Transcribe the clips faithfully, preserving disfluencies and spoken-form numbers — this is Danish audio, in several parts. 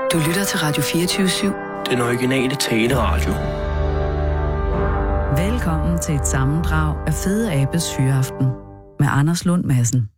Du lytter til Radio fireogtyve syv. Den originale taleradio. Velkommen til et sammendrag af Fede Abes Hyreaften med Anders Lund Madsen.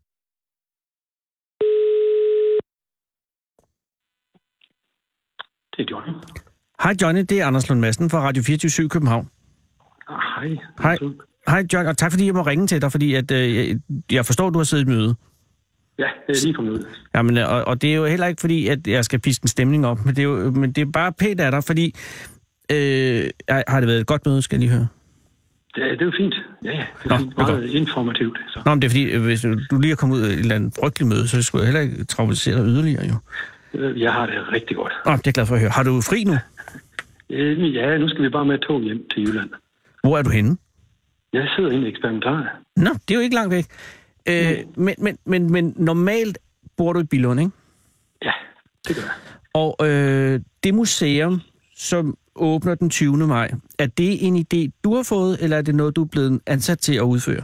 Det er Johnny. Hej Johnny, det er Anders Lund Madsen fra Radio fireogtyve syv København. Hej. Hej. Hej John, og tak fordi jeg må ringe til dig, fordi at, øh, jeg, jeg forstår, at du har siddet i møde. Ja, det er lige kommet ud. Jamen, og, og det er jo heller ikke fordi, at jeg skal piske en stemning op, men det er jo men det er bare pænt af dig, fordi øh, har det været et godt møde, skal jeg lige høre? Det, det er jo fint. Ja, ja. Det er Nå, fint. Meget informativt. Så. Nå, men det er fordi, hvis du lige er kommet ud af et eller andet frygteligt møde, så skulle jeg heller ikke traumatisere dig yderligere, jo. Jeg har det rigtig godt. Åh, det er jeg glad for at høre. Har du fri nu? Ja, nu skal vi bare med et tog hjem til Jylland. Hvor er du henne? Jeg sidder inde i eksperimentar. Nå, det er jo ikke langt væk. Øh, mm. men, men, men, men normalt bor du i Billund, ikke? Ja, det gør jeg. Og øh, det museum, som åbner den tyvende maj, er det en idé, du har fået, eller er det noget, du er blevet ansat til at udføre?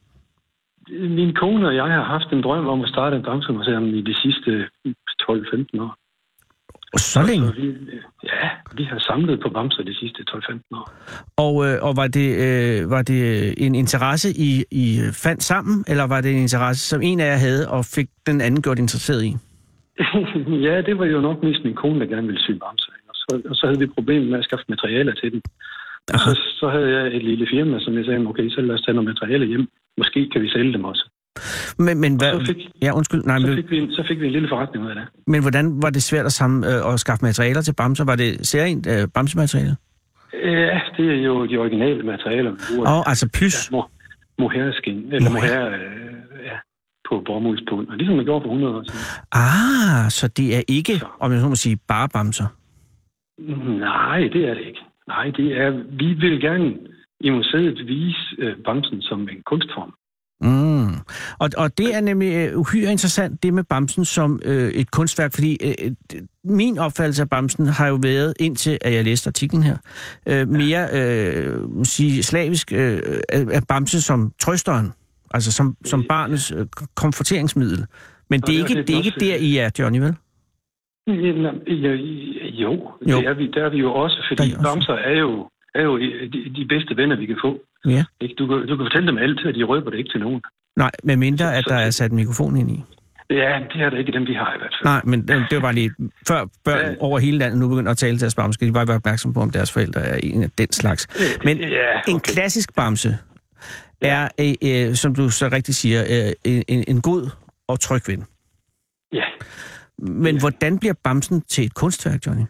Min kone og jeg har haft en drøm om at starte en bamsemuseum i de sidste tolv femten år. Og så længe? Så vi, ja, vi har samlet på bamser de sidste tolv femten år. Og, øh, og var, det, øh, var det en interesse, I, I fandt sammen, eller var det en interesse, som en af jer havde, og fik den anden gjort interesseret i? Ja, det var jo nok mest min kone, der gerne ville sy bamser. Og så, og så havde vi problemer med at skaffe materialer til den. Og så, så havde jeg et lille firma, som jeg sagde, okay, så lad os tage nogle materialer hjem. Måske kan vi sælge dem også. Men, men hvad... Så fik, ja, undskyld. Nej, så, men... fik vi en, så fik vi en lille forretning ud af det. Men hvordan var det svært at, sammen, øh, at skaffe materialer til bamser? Var det særligt øh, bamsematerialer? Ja, det er jo de originale materialer. Åh, oh, altså pys? Ja, mohair-skin, eller mohair, øh, ja, på bomuldsbund. Og ligesom man gjorde for hundrede år siden. Ah, så det er ikke, så. om jeg så må sige, bare bamser? Nej, det er det ikke. Nej, det er... Vi vil gerne i museet vise øh, bamsen som en kunstform. Mm. Og, og det er nemlig uh, uhyre interessant, det med bamsen som øh, et kunstværk, fordi øh, min opfattelse af bamsen har jo været, indtil at jeg læste artiklen her, øh, mere øh, sige, slavisk øh, af bamse som trøsteren, altså som, som barnets øh, komforteringsmiddel. Men det er ikke, det er ikke der, I er, Johnny, vel? Jo, jo. Det er vi, der er vi jo også, fordi også. Bamser er jo, er jo de, de bedste venner, vi kan få. Ja. Du, kan, du kan fortælle dem alt, og de røber det ikke til nogen. Nej, med mindre, at så, der er sat en mikrofon ind i. Ja, det er der ikke dem, de har i hvert fald. Nej, men det var bare lige... Før børn ja. over hele landet nu begynder at tale deres bamse, skal de bare være opmærksom på, om deres forældre er en af den slags. Men ja, okay. En klassisk bamse er, ja. øh, som du så rigtig siger, øh, en, en god og tryg ven. Ja. Men ja. Hvordan bliver bamsen til et kunstværk, Johnny?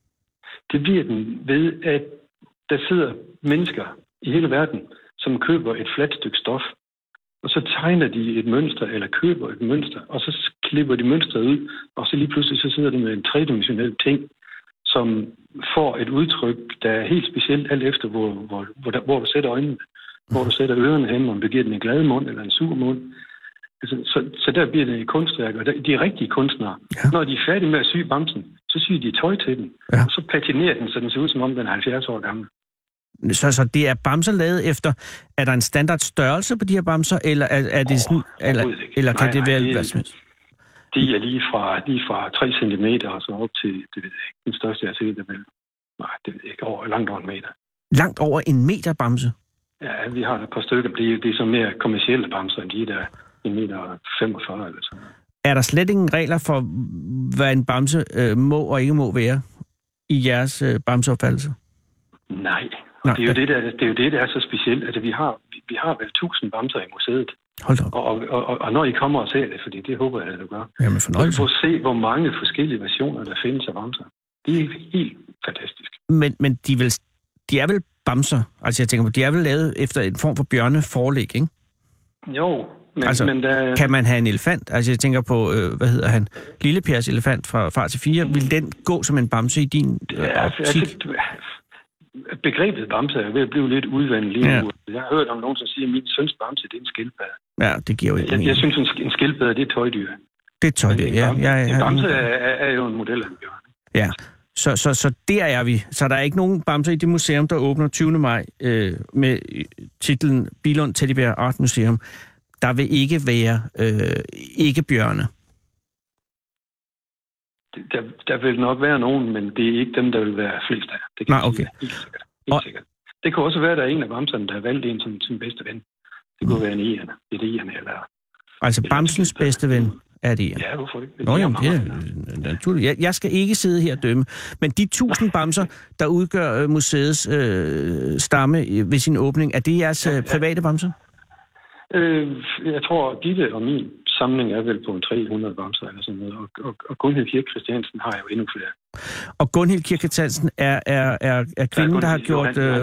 Det bliver den ved, at der sidder mennesker i hele verden, som køber et fladt stykke stof, og så tegner de et mønster, eller køber et mønster, og så klipper de mønstret ud, og så lige pludselig så sidder de med en tredimensionel ting, som får et udtryk, der er helt specielt, alt efter hvor, hvor, hvor, der, hvor du sætter øjnene, hvor du sætter ørerne hen, om du giver den en glad mund eller en sur mund. Altså, så, så der bliver det et kunstværk, og der, de rigtige kunstnere, ja. Når de er færdige med at sy bamsen, så syr de tøj til den, ja. Og så patinerer den, så den ser ud som om den er halvfjerds år gammel. Så, så det er bamser lavet efter, er der en standard størrelse på de her bamser, eller er, er det sådan, oh, eller, eller kan nej, det være... Nej, det, hvad de er lige fra, lige fra tre centimeter og så op til, det ved jeg ikke, den største jeg har set, det vel. Nej, det ved jeg ikke, over, langt over en meter. Langt over en meter bamse? Ja, vi har et par stykker, det er, det er så mere kommercielle bamser, end de der en meter femogfyrre eller sådan. Er der slet ingen regler for, hvad en bamse øh, må og ikke må være i jeres øh, bamseopfattelse? Nej. Nej. Det er jo det, der, det er jo det, der er så specielt. Altså, vi har, vi, vi har vel tusind bamser i museet. Hold da op. Og, og, og, og når I kommer og ser det, fordi det håber jeg, at du gør. Jamen, fornøjelse. Så får se, hvor mange forskellige versioner, der findes af bamser. Det er helt fantastisk. Men, men de, vil, de er vel bamser? Altså, jeg tænker på, de er vel lavet efter en form for bjørneforlæg, ikke? Jo. Men, altså, men der... kan man have en elefant? Altså, jeg tænker på, øh, hvad hedder han? Lille Pers elefant fra Far til Fire. Vil den gå som en bamse i din øh, ja, optik? Altså, begrebet bamse er ved at blive lidt udvandet lige ja. nu. Jeg har hørt om nogen, som siger, at min søns bamse, det er en skildpadde. Ja, det giver jo ikke jeg, jeg synes, en skildpadde, det er tøjdyr. Det er tøjdyr, ja. En bamse, ja, ja, en bamse er, er jo en model af en bjørn. Ja, så, så, så der er vi. Så der er ikke nogen bamser i det museum, der åbner tyvende maj øh, med titlen Billund Teddybær Art Museum. Der vil ikke være øh, ikke bjørne. Der, der vil nok være nogen, men det er ikke dem, der vil være flest af. Det kan Nej, okay. sige, helt sikkert. Helt og... sikkert. Det kan også være, at der er en af bamserne, der har valgt en som sin bedste ven. Det kunne mm. være en ene, et ene eller... Altså Bamsens bedste ven er det, ja. Hvorfor ikke? Nå, jamen, det er naturligt. Jeg, jeg skal ikke sidde her og dømme. Men de tusind bamser, der udgør øh, museets øh, stamme ved sin åbning, er det jeres øh, private bamser? Øh, jeg tror, Gitte og min samling er vel på en tre hundrede bamser eller sådan noget. Og, og, og Gunhild Kirk Christiansen har jo endnu flere. Og Gunhild Kirk Christiansen er, er, er, er kvinden, ja, der har gjort... Øh...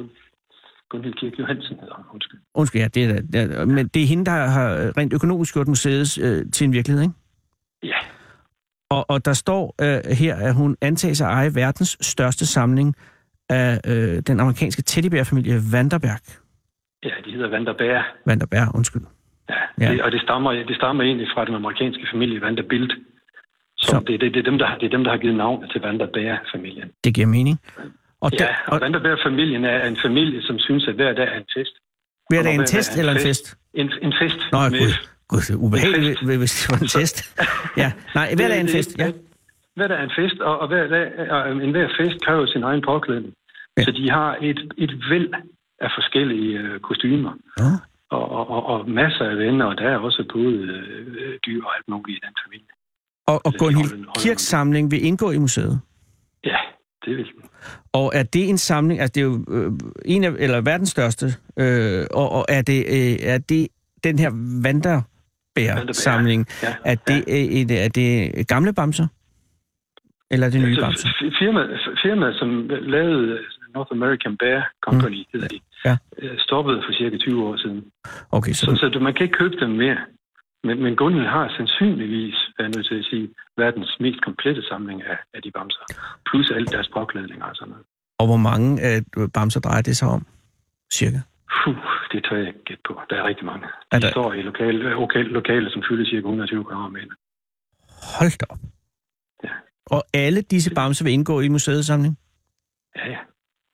Gunhild Kirk Johansen hedder hun, undskyld. Undskyld, ja, det er det. Men det er hende, der har rent økonomisk gjort museet øh, til en virkelighed, ikke? Ja. Og, og der står øh, her, at hun antager sig at eje verdens største samling af øh, den amerikanske teddybærfamilie Vanderberg. Ja, de hedder Vanderberg. Vanderberg, undskyld. Ja, ja. Det, og det stammer, det stammer egentlig fra den amerikanske familie Vanderbilt. Så, Så. Det, det, det, er dem, der, det er dem, der har givet navnet til Vanderberg-familien. Det giver mening. Og ja, der, og, og Vanderberg-familien er en familie, som synes, at hver dag er en fest. Hver dag er en test eller en fest? En, en fest. Nå, med, gud, gud, det er ubehageligt, hvis det var en test. Ja, nej, hver dag er en fest, ja. Hver dag er en fest, og, og hver dag, og en hver fest kræver sin egen påklædning. Ja. Så de har et, et væld af forskellige øh, kostymer. Ja. Og, og, og, og masser af venner, og der er også både øh, dyr og alt muligt i den familie. Og, og Gunhild Kirks samling vil indgå i museet? Ja, det vil den. Og er det en samling, altså det er jo øh, en af, eller verdens største, øh, og, og er det, øh, er det den her Vanderberg-samling, ja, er, det, ja. er, er det gamle bamser? Eller er det nye bamser? Firmaet, firma, som lavede North American Bear Company, mm. hedder de, ja. stoppede for cirka tyve år siden. Okay, så... Så, så man kan ikke købe dem mere. Men, men Gunhild har sandsynligvis, er jeg nødt til at sige, verdens mest komplette samling af, af de bamser. Plus alt deres påklædning og sådan noget. Og hvor mange af bamser drejer det sig om? Cirka? Puh, det tør jeg ikke gætte på. Der er rigtig mange. De der... står i lokale, lokale, lokale, som fylder cirka et hundrede og tyve kvadratmeter. Hold da op. Ja. Og alle disse bamser vil indgå i museets samling? Ja, ja.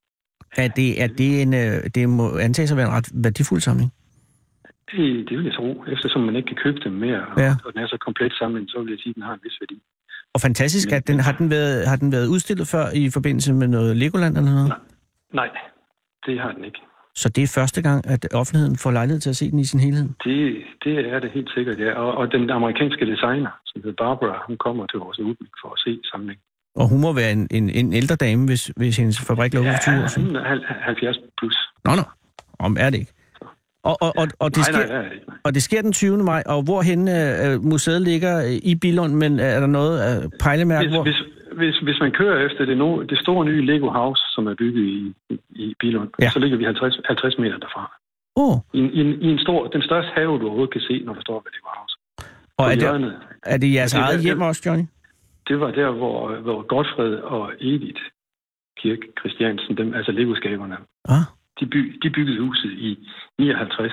Er det, er det en, det må antages at være en ret værdifuld samling? Det, det vil jeg tro. Eftersom man ikke kan købe dem mere, ja. og den er så komplet samling, så vil jeg sige, at den har en vis værdi. Og fantastisk, at den, har, den været, har den været udstillet før i forbindelse med noget Legoland eller noget? Nej, nej, det har den ikke. Så det er første gang, at offentligheden får lejlighed til at se den i sin helhed? Det, det er det helt sikkert, ja. Og, og den amerikanske designer, som hedder Barbara, hun kommer til vores udblik for at se samlingen. Og hun må være en, en, en ældre dame, hvis, hvis hendes fabrik lukker for tyve år siden? Ja, halvfjerds plus. Nå, nå. Om er det ikke. Og, og, og, og, det sker, nej, nej, nej. og det sker den tyvende maj, og hvorhen øh, museet ligger i Billund, men er der noget øh, pejlemærke? Hvis, hvor... hvis, hvis, hvis man kører efter det, no, det store nye Lego House, som er bygget i, i, i Billund, ja. Så ligger vi halvtreds, halvtreds meter derfra. Oh. I, i, I en stor, den største have, du overhovedet kan se, når du står ved Lego House. Og er det, er det jeres det, eget hjem også, Johnny? Det var der, hvor, hvor Godfred og Edith Kirk Christiansen, dem, altså Lego-skaberne, ah. de, by, de byggede huset i nioghalvtreds.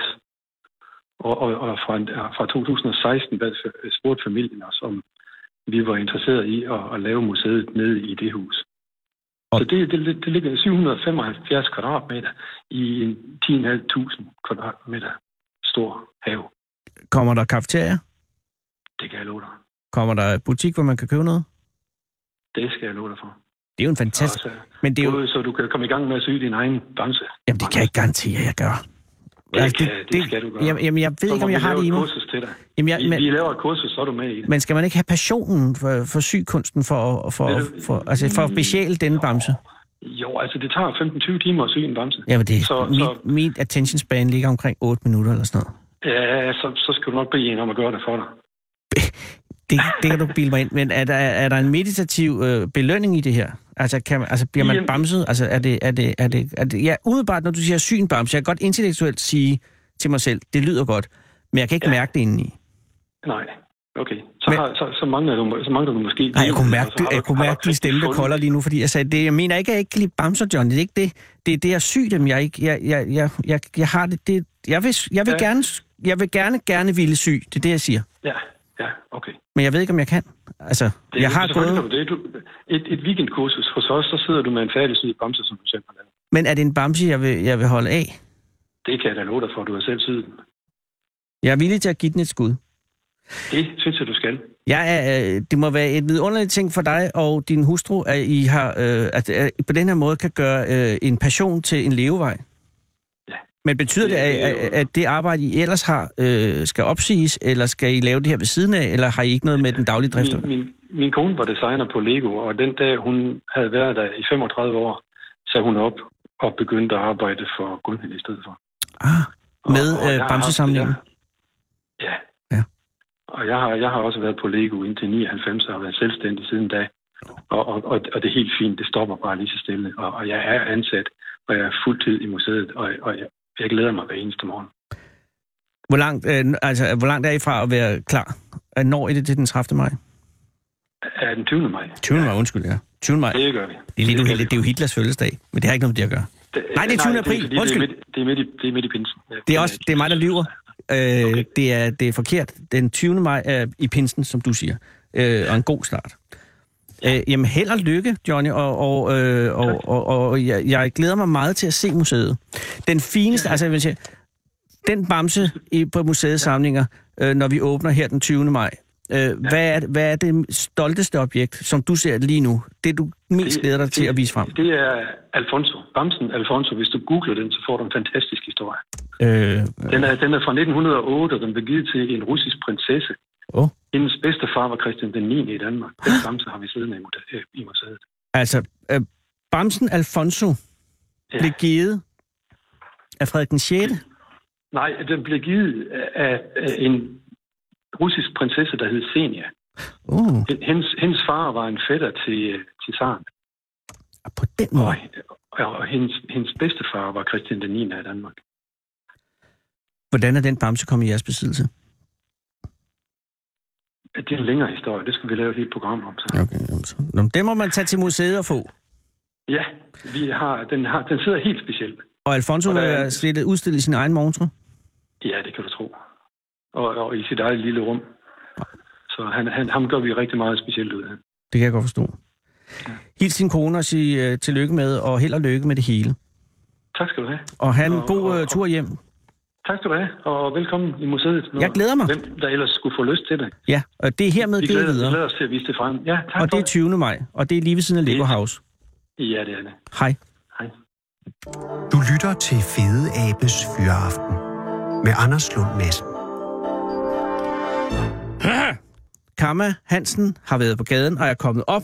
Og, og, og fra, fra to tusind og seksten spurgte familien os, om vi var interesseret i at, at lave museet nede i det hus. Og... Så det, det, det ligger syv hundrede og femoghalvfjerds kvadratmeter i en ti tusind fem hundrede kvadratmeter stor have. Kommer der kafeteria? Det kan jeg love dig. Kommer der butik, hvor man kan købe noget? Det skal jeg love dig for. Det er jo en fantastisk... Så, men det er jo... Så du kan komme i gang med at sy din egen bamse. Jamen, det kan jeg garantere, jeg gør. Det, altså, det, det, det skal du gøre. Jamen, jeg ved ikke, om jeg har det i mig. Jamen, jeg, men, vi laver et kursus, så er du med i det. Men skal man ikke have passionen for, for sykunsten, for, for, for, altså for at besjæle denne bamse? Jo, altså det tager femten til tyve timer at sy en bamse. Jamen, det, så, mit, så, mit attention span ligger omkring otte minutter eller sådan noget. Ja, så, så skal du nok bede en om at gøre det for dig. Det, det kan du bilde mig ind, men er der, er der en meditativ øh, belønning i det her? Altså, kan man, altså bliver man bamset? Altså, er det, er det, er det, er det, ja, umiddelbart, når du siger syn bamse, jeg kan godt intellektuelt sige til mig selv, det lyder godt, men jeg kan ikke ja. mærke det indeni. Nej, okay. Så, men, har, så, så, mangler du, så mangler du måske... Nej, jeg kunne mærke, du, jeg kunne mærke din stemme, der kolder lige nu, fordi jeg sagde, det, jeg mener ikke, at jeg ikke kan lide bamser, John. Det er ikke det. Det er det, jeg syg dem. Jeg, ikke, jeg, jeg, jeg, jeg, jeg har det... det jeg vil, jeg vil ja. gerne, jeg vil gerne, gerne ville syg. Det er det, jeg siger. Ja. Ja, okay. Men jeg ved ikke, om jeg kan. Altså, det, jeg har gået... Du det. Du, et, et weekendkursus hos os, så sidder du med en færdig syet bamse, som du selv har lavet. Men er det en bamse, jeg vil, jeg vil holde af? Det kan jeg da love dig for, du har selv syet den. Jeg er villig til at give den et skud. Det synes jeg, du skal. Jeg er, det må være et vidunderligt ting for dig og din hustru, at I har, øh, at, at på den her måde kan gøre øh, en passion til en levevej. Ja. Men betyder det, det, at, det at det arbejde, I ellers har, øh, skal opsiges, eller skal I lave det her ved siden af, eller har I ikke noget med den daglige drift? Min, min, min kone var designer på Lego, og den dag, hun havde været der i femogtredive år, så hun op og begyndte at arbejde for Gunhild i stedet for. Ah, med og, og øh, bamsesamlingen? Ja. ja. Og jeg har, jeg har også været på Lego indtil nioghalvfems og har været selvstændig siden da. Og, og, og, og det er helt fint, det stopper bare lige så stille. Og, og jeg er ansat, og jeg er fuldtid i museet, og, og jeg, jeg glæder mig hver eneste morgen. Hvor langt, øh, altså, hvor langt er I fra at være klar? Når er det til den tredivte maj? Er den tyvende maj? tyvende maj, undskyld, ja. tyvende maj. Det gør vi. Det er, lidt det, uheldigt. Det er jo Hitlers fødselsdag, men det har ikke noget med det at gøre. Det, nej, det er tyvende april, det er, undskyld. Det er, midt, det, er midt i, det er midt i pinsen. Ja, det, er også, det er mig, der lyver. Øh, okay. det, er, det er forkert. Den tyvende maj er i pinsen, som du siger. Øh, og en god start. Øh, jamen, held og lykke, Johnny, og, og, øh, og, og, og jeg, jeg glæder mig meget til at se museet. Den fineste, altså jeg vil sige, den bamse i, på museets samlinger, øh, når vi åbner her den tyvende maj, øh, ja. hvad, er, hvad er det stolteste objekt, som du ser lige nu? Det, du mest glæder dig til det, at vise frem? Det er Alfonso. Bamsen Alfonso. Hvis du googler den, så får du en fantastisk historie. Øh, øh. Den, er, den er fra nitten hundrede og otte, og den blev givet til en russisk prinsesse. Oh. Hendes bedste far var Christian den niende i Danmark. Den bamse har vi siddende i museet. Altså, øh, bamsen Alfonso ja. blev givet af Frederik den sjette? Nej, den blev givet af, af en russisk prinsesse, der hed Xenia. Uh. Hendes, hendes far var en fætter til, til zaren. På den måde? Og, og hendes, hendes bedstefar var Christian den niende af Danmark. Hvordan er den bamse kommet i jeres besiddelse? Det er en længere historie. Det skal vi lave et helt program om. Så. Okay, så. Nå, det må man tage til museet og få. Ja, vi har, den, har, den sidder helt specielt. Og Alfonso vil er stillet udstillet i sin egen montre? Ja, det kan du tro. Og, og i sit eget lille rum. Så han, han, ham gør vi rigtig meget specielt ud af. Det kan jeg godt forstå. Ja. Hils din kone og sige uh, tillykke med, og held og lykke med det hele. Tak skal du have. Og have en og, god og, uh, tur hjem. Tak skal du have, og velkommen i museet. Jeg glæder mig. Hvem der ellers skulle få lyst til det. Ja, og det er hermed vi givet glæder, videre. Vi glæder os til at vise det frem. Ja, tak og det er tyvende maj, og det er lige ved siden af Lego House. Ja, det er det. Hej. Hej. Du lytter til Fede Abes Fyraften med Anders Lund Madsen. Kamma Hansen har været på gaden og er kommet op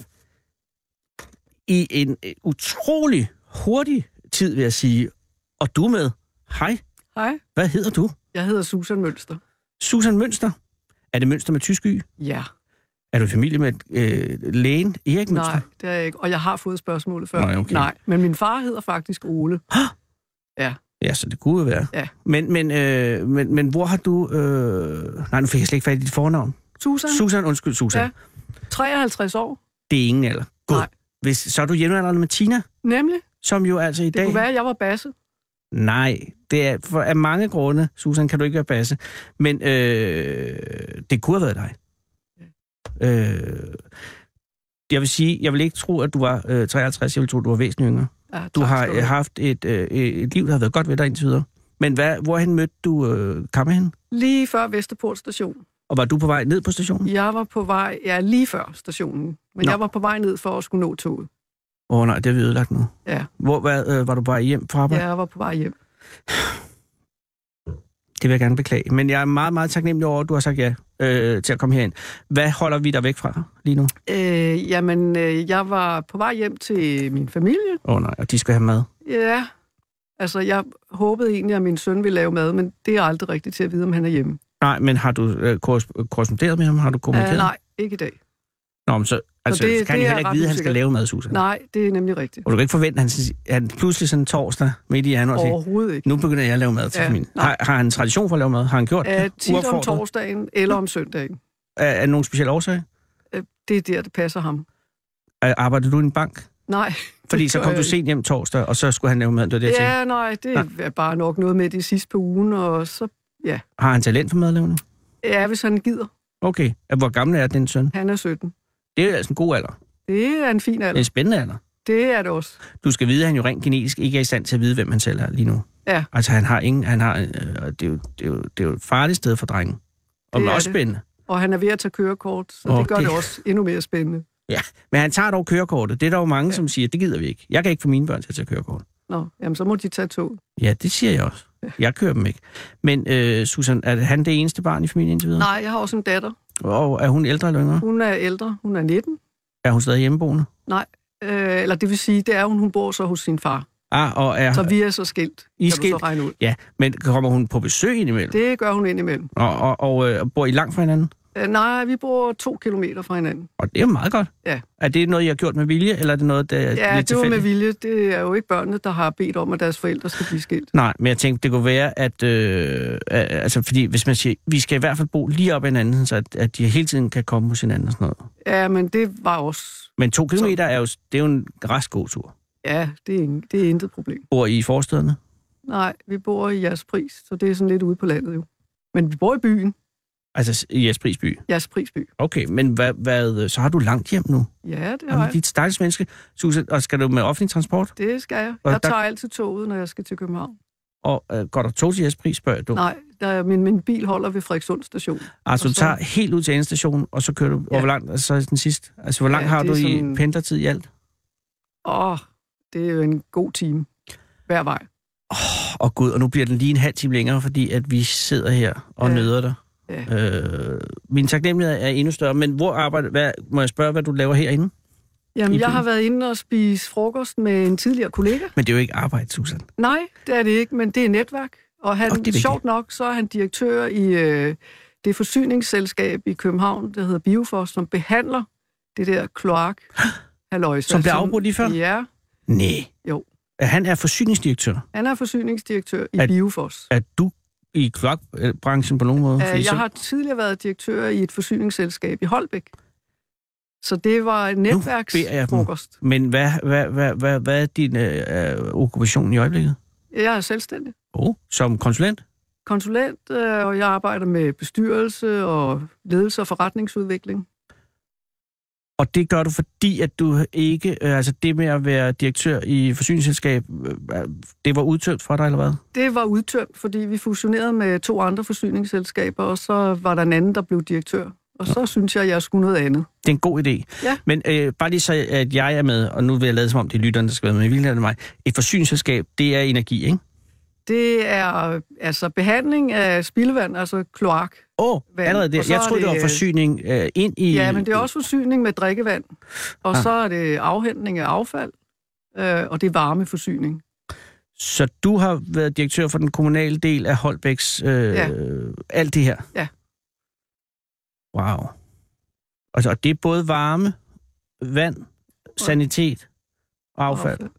i en utrolig hurtig tid, vil jeg sige. Og du med. Hej. Hej. Hvad hedder du? Jeg hedder Susan Mønster. Susan Mønster? Er det Mønster med tysk y? Ja. Er du i familie med øh, lægen Erik Mønster? Nej, det er jeg ikke. Og jeg har fået spørgsmålet før. Nej, okay. Nej, men min far hedder faktisk Ole. Ja. Ja, så det kunne jo være. Ja. Men, men, øh, men, men hvor har du... Øh... Nej, nu fik jeg slet ikke fat i dit fornavn. Susan. Susan, undskyld, Susan. Ja. treoghalvtreds år. Det er ingen alder. God. Nej. Hvis, så er du jævnaldrende med Tina? Nemlig. Som jo altså i det dag... Det kunne være, at jeg var basse. Nej, det er for af mange grunde, Susan, kan du ikke være basse. Men øh, det kunne have været dig. Ja. Øh, jeg vil sige, jeg vil ikke tro, at du var øh, treoghalvtreds, jeg vil tro, at du var væsentligt yngre. Ja, tak, du har øh, haft et, øh, et liv, der har været godt ved dig indtil videre. Men hvad, hvorhen mødte du øh, Kamma hen? Lige før Vesterport station. Og var du på vej ned på stationen? Jeg var på vej, ja, lige før stationen. Men Nå. jeg var på vej ned for at skulle nå toget. Åh oh, nej, det har vi ødelagt nu. Ja. Hvor hvad, øh, var du på vej hjem fra arbejde? Ja, jeg var på vej hjem. Det vil jeg gerne beklage. Men jeg er meget, meget taknemmelig over, at du har sagt ja øh, til at komme herind. Hvad holder vi dig væk fra lige nu? Øh, jamen, øh, jeg var på vej hjem til min familie. Åh oh, nej, og de skal have mad? Ja. Altså, jeg håbede egentlig, at min søn ville lave mad, men det er aldrig rigtigt til at vide, om han er hjemme. Nej, men har du øh, korresponderet med ham? Har du kommunikeret? Uh, nej, ikke i dag. Nå, men så, altså, så det, kan han jo heller ikke vide, at han skal lave mad, Susan. Nej, det er nemlig rigtigt. Og du kan ikke forvente, at han, han pludselig sådan torsdag midt i januar siger, overhovedet ikke. Nu begynder jeg at lave mad til ja, familien. Har, har han en tradition for at lave mad? Har han gjort uh, det? Tit om torsdagen eller om søndagen. Er, er der nogen speciel årsag? Uh, det er der, det passer ham. Uh, arbejder du i en bank? Nej. Fordi så kom du sent hjem torsdag, og så skulle han lave mad. Det det, ja, nej, det er ja. bare nok noget med det sidste på ugen, og så, ja. Har han talent for madlavning? Ja, hvis han gider. Okay. Hvor gammel er din søn? Han er sytten. Det er altså en god alder. Det er en fin alder. Det er en spændende alder. Det er det også. Du skal vide, at han jo rent genetisk ikke er i stand til at vide, hvem han selv er lige nu. Ja. Altså, han har ingen... Han har, øh, det, er jo, det, er jo, det er jo et farligt sted for drengen. Og det er også det. Spændende. Og han er ved at tage kørekort, så okay. det gør det også endnu mere spændende. Ja, men han tager dog kørekortet. Det er der jo mange, ja. som siger, det gider vi ikke. Jeg kan ikke få mine børn til at tage kørekort. Nå, jamen så må de tage tog. Ja, det siger jeg også. Jeg kører dem ikke. Men øh, Susan, er han det eneste barn i familien indtil videre? Nej, jeg har også en datter. Og er hun ældre eller yngre? Hun er ældre. Hun er nitten. Er hun stadig hjemmeboende? Nej, øh, eller det vil sige, det er hun, hun bor så hos sin far. Ah, og er... Så vi er så skilt, I kan skilt? du så regne ud. Ja, men kommer hun på besøg indimellem? Det gør hun indimellem. Og, og, og øh, bor I langt fra hinanden? Øh, nej, vi bor to kilometer fra hinanden. Og det er jo meget godt. Ja. Er det noget, I har gjort med vilje, eller er det noget, der er Ja, lidt det var med tilfældigt? vilje. Det er jo ikke børnene, der har bedt om, at deres forældre skal blive skilt. Nej, men jeg tænkte, det kunne være, at... Øh, altså, fordi hvis man siger, vi skal i hvert fald bo lige op ad hinanden, så at, at de hele tiden kan komme hos hinanden og sådan noget. Ja, men det var også... Men to kilometer er jo, det er jo en ret god tur. Ja, det er, ingen, det er intet problem. Bor I i forstederne? Nej, vi bor i Jaspris, så det er sådan lidt ude på landet jo. Men vi bor i byen. Altså i Jaspris by? Jaspris by. Okay, men hvad, hvad, så har du langt hjem nu? Ja, det har Jamen, jeg. dit stakkels menneske. Susan, og skal du med offentlig transport? Det skal jeg. Og Jeg der- tager altid toget, når jeg skal til København. Og øh, går der tog til Jaspris, spørger du? Nej, der, min, min bil holder ved Frederikssund station. Altså, Og du så- tager helt ud til endestationen, og så kører du... Ja. Og hvor langt altså, så er den sidste? Altså, hvor langt Ja, har det du er i sådan- pendlertid i alt? Åh, det er jo en god time. Hver vej. Åh, oh, gud, og nu bliver den lige en halv time længere, fordi at vi sidder her og Ja. nøder dig. Ja. Øh, min taknemmelighed er endnu større, men hvor arbejder... Hvad, må jeg spørge, hvad du laver herinde? Jamen, I jeg byen? har været inde og spise frokost med en tidligere kollega. Men det er jo ikke arbejde, Susan. Nej, det er det ikke, men det er netværk. Og han, Og det er vigtigt. sjovt nok, så er han direktør i øh, det forsyningsselskab i København, der hedder Biofos, som behandler det der kloak. Halløjsa, Som blev afbrudt lige før? Ja, Nej. Jo. Han er forsyningsdirektør. han er forsyningsdirektør i At- Biofos. Er du i kloakbranchen på nogen måde? Uh, Fordi jeg så- har tidligere været direktør i et forsyningsselskab i Holbæk. Så det var en netværksfrokost. Men hvad, hvad, hvad, hvad, hvad er din øh, øh, okkupation i øjeblikket? Jeg er selvstændig. Oh, som konsulent? Konsulent, øh, og jeg arbejder med bestyrelse og ledelse og forretningsudvikling. Og det gør du, fordi at du ikke... Øh, altså det med at være direktør i forsyningsselskab, øh, det var udtømt for dig, eller hvad? Det var udtømt, fordi vi fusionerede med to andre forsyningsselskaber, og så var der en anden, der blev direktør. Og så synes jeg, at jeg skulle noget andet. Det er en god idé. Ja. Men øh, bare lige så, at jeg er med, og nu vil jeg lade som om, det er lytterne, der skal være med. I virkeligheden er det mig. Et forsyningsselskab, det er energi, ikke? Det er altså behandling af spildevand, altså kloak. Åh, oh, Vand. allerede Og det. så Jeg er troede, det var det- forsyning øh, ind i... Ja, men det er også forsyning med drikkevand. Og Ah. så er det afhentning af affald, øh, og det er varmeforsyning. Så du har været direktør for den kommunale del af Holbæks... Øh, Ja. Alt det her? Ja. Wow. Altså, og det er både varme, vand, sanitet og affald. affald.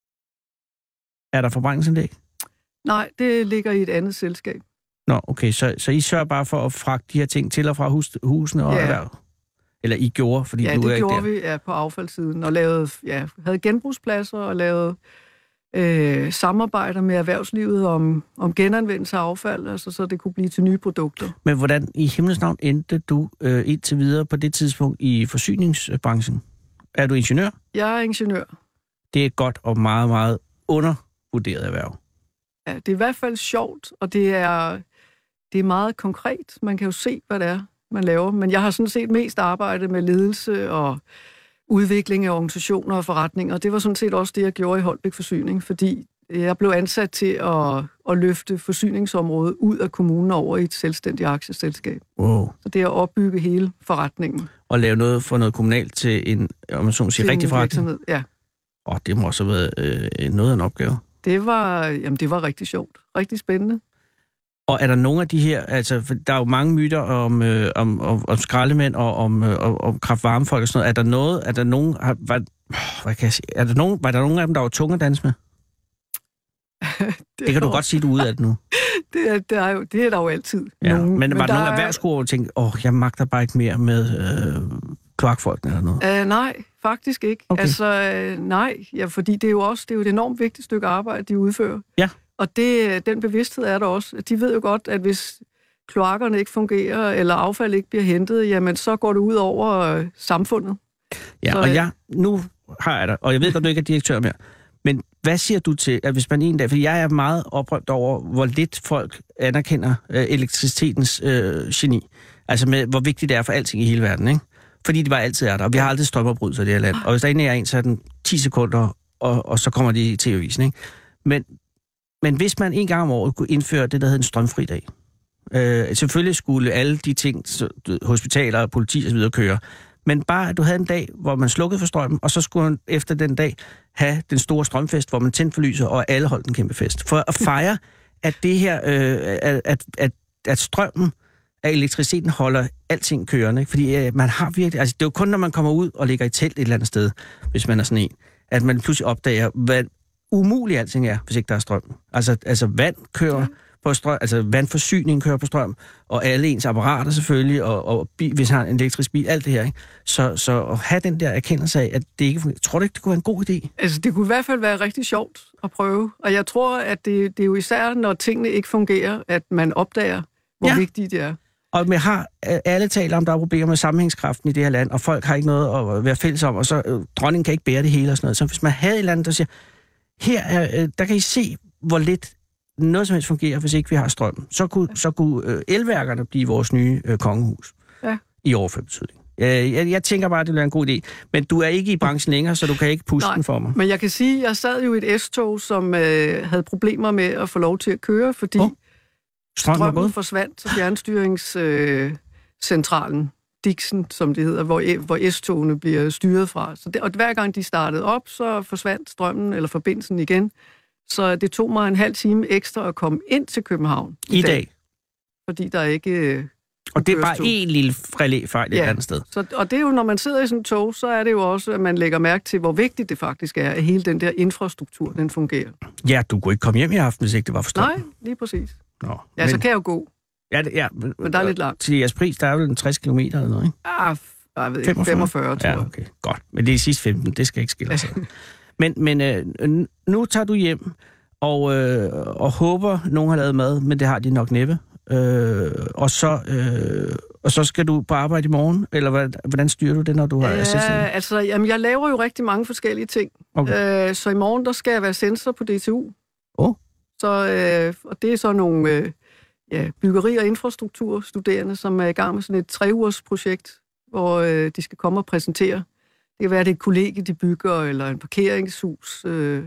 Er der forbrændingsanlæg? Nej, det ligger i et andet selskab. Nå, okay, så, så I sørger bare for at fragte de her ting til og fra hus, husene og Ja. erhverv? Eller I gjorde, fordi Ja, du er det ikke gjorde der. vi ja, på affaldssiden, og lavede, ja, havde genbrugspladser og lavede øh, samarbejder med erhvervslivet om, om genanvendelse af affald, altså, så det kunne blive til nye produkter. Men hvordan i himlens navn endte du øh, indtil videre på det tidspunkt i forsyningsbranchen? Er du ingeniør? Jeg er ingeniør. Det er et godt og meget, meget undervurderet erhverv. Ja, det er i hvert fald sjovt, og det er, det er meget konkret. Man kan jo se, hvad det er, man laver. Men jeg har sådan set mest arbejdet med ledelse og udvikling af organisationer og forretninger. Det var sådan set også det, jeg gjorde i Holbæk Forsyning, fordi jeg blev ansat til at, at løfte forsyningsområdet ud af kommunen over i et selvstændigt aktieselskab. Wow. Så det er at opbygge hele forretningen. Og lave noget for noget kommunalt til en, om man så må sige, til rigtig en forretning. virksomhed. Ja, Åh, det må også have været øh, noget af en opgave. det var, jamen, det var rigtig sjovt. Rigtig spændende. Og er der nogle af de her, altså for der er jo mange myter om, øh, om, om, om skraldemænd og om, øh, om, om kraftvarmefolk og sådan noget. Er der noget, er der nogen, har, var, hvad kan jeg sige, er der nogen, var der nogen af dem, der var tunge at danse med? Det, Det kan du godt sige, du er ude af det nu. Det er, det er, jo, det er der jo altid. Ja. Nogen. Men var der nogle er- erhvervsgrupper, hvor du tænkte, åh, jeg magter bare ikke mere med øh, kloakfolkene eller noget? Uh, nej, faktisk ikke. Okay. Altså, uh, nej, ja, fordi det er jo også det er jo et enormt vigtigt stykke arbejde, de udfører. Ja. Og det, den bevidsthed er der også. De ved jo godt, at hvis kloakkerne ikke fungerer, eller affald ikke bliver hentet, jamen så går det ud over uh, samfundet. Ja, Så, og øh, jeg, nu har jeg dig, og jeg ved godt, du ikke er direktør mere, men hvad siger du til, at hvis man en dag, for jeg er meget oprømt over, hvor lidt folk anerkender øh, elektricitetens øh, geni. Altså med, hvor vigtigt det er for alting i hele verden, ikke? Fordi det bare altid er der, og vi har aldrig strømafbrydelse i det her land. Og hvis der endelig er en, så er den ti sekunder, og, og så kommer de i T V-avisen, ikke? Men, men hvis man en gang om året kunne indføre det, der hedder en strømfri dag, øh, selvfølgelig skulle alle de ting, så, hospitaler, politi og så videre køre, men bare, at du havde en dag, hvor man slukkede for strømmen, og så skulle man efter den dag have den store strømfest, hvor man tændte for lyset, og alle holdt en kæmpe fest. For at fejre, at det her, øh, at, at, at, at strømmen, at elektriciteten holder alting kørende. Ikke? Fordi øh, man har virkelig... Altså, det er jo kun, når man kommer ud og ligger i telt et eller andet sted, hvis man er sådan en, at man pludselig opdager, hvad umuligt alting er, hvis ikke der er strøm. Altså, altså vand kører... Ja. På strøm, altså vandforsyningen kører på strøm, og alle ens apparater selvfølgelig, og, og bil, hvis han har en elektrisk bil, alt det her. Ikke? Så, så at have den der erkendelse af, at det ikke fungerer. Tror du ikke, det kunne være en god idé? Altså, det kunne i hvert fald være rigtig sjovt at prøve. Og jeg tror, at det, det er jo især, når tingene ikke fungerer, at man opdager, hvor ja. vigtigt det er. Og man har alle taler om, der er problemer med sammenhængskraften i det her land, og folk har ikke noget at være fælles om, og så øh, dronningen kan ikke bære det hele og sådan noget. Så hvis man havde et eller andet, der siger, her er, øh, der kan I se, hvor lidt noget som helst fungerer, hvis ikke vi har strøm. Så kunne, ja. så kunne øh, elværkerne blive vores nye øh, kongehus. Ja. I overført betydning. Jeg, jeg, jeg tænker bare, at det bliver en god idé. Men du er ikke i branchen længere, så du kan ikke puste Nej, den for mig. Men jeg kan sige, at jeg sad jo i et S-tog, som øh, havde problemer med at få lov til at køre, fordi oh. strømmen, strømmen forsvandt til fjernstyringscentralen, øh, Dixon, som det hedder, hvor, hvor S-togene bliver styret fra. Så det, og hver gang de startede op, så forsvandt strømmen eller forbindelsen igen. Så det tog mig en halv time ekstra at komme ind til København i, i dag. dag. Fordi der ikke... Øh, og det er bare en lille relæfejl ja. et andet sted. Så, og det er jo, når man sidder i sådan et tog, så er det jo også, at man lægger mærke til, hvor vigtigt det faktisk er, at hele den der infrastruktur, den fungerer. Ja, du kunne ikke komme hjem i aften, hvis ikke det var for strøm. Nej, lige præcis. Nå, ja, men, så kan jeg jo gå. Ja, det, ja men, men der er lidt langt. Til jeres pris, der er vel en tres kilometer eller noget, ikke? Ah, jeg ved ikke, femogfyrre, femogfyrre tror jeg. Ja, okay, godt. Men det er de sidste femten, det skal ikke skille sig. men men øh, nu tager du hjem og, øh, og håber, nogen har lavet mad, men det har de nok næppe. Øh, og, så, øh, og så skal du på arbejde i morgen, eller hvordan, hvordan styrer du det, når du har ja, selvstændig? Altså, jamen, jeg laver jo rigtig mange forskellige ting. Okay. Øh, så i morgen, der skal jeg være censor på D T U. Oh. Så, øh, og det er så nogle øh, ja, byggeri- og infrastrukturstuderende, som er i gang med sådan et tre-ugers projekt, hvor øh, de skal komme og præsentere. Det kan være, at det er et kollegie, de bygger, eller en parkeringshus. Øh,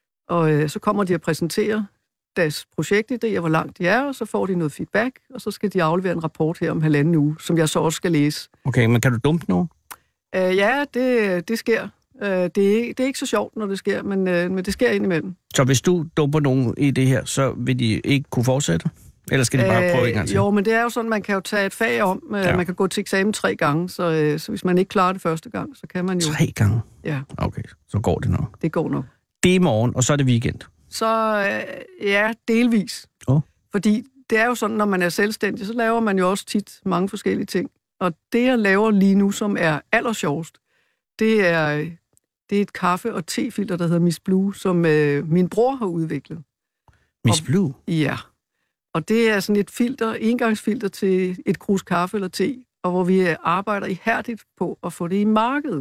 og øh, så kommer de at præsentere deres projektidéer, hvor langt de er, og så får de noget feedback, og så skal de aflevere en rapport her om halvanden uge, som jeg så også skal læse. Okay, men kan du dumpe nogen? Uh, ja, det, det sker. Uh, det, er, det er ikke så sjovt, når det sker, men, uh, men det sker indimellem. Så hvis du dumper nogen i det her, så vil de ikke kunne fortsætte? Eller skal de bare prøve uh, en gang til? Jo, men det er jo sådan, man kan jo tage et fag om. Uh, ja. Man kan gå til eksamen tre gange, så, uh, så hvis man ikke klarer det første gang, så kan man jo... Tre gange? Ja. Okay, så går det nok. Det går nok. Det er i morgen, og så er det weekend? Så øh, ja, delvis. Oh. Fordi det er jo sådan, når man er selvstændig, så laver man jo også tit mange forskellige ting. Og det, jeg laver lige nu, som er allersjovest, det er, det er et kaffe- og tefilter, der hedder Miss Blue, som øh, min bror har udviklet. Miss Blue? Og, ja. Og det er sådan et filter, engangsfilter til et krus kaffe eller te, og hvor vi arbejder ihærdigt på at få det i markedet.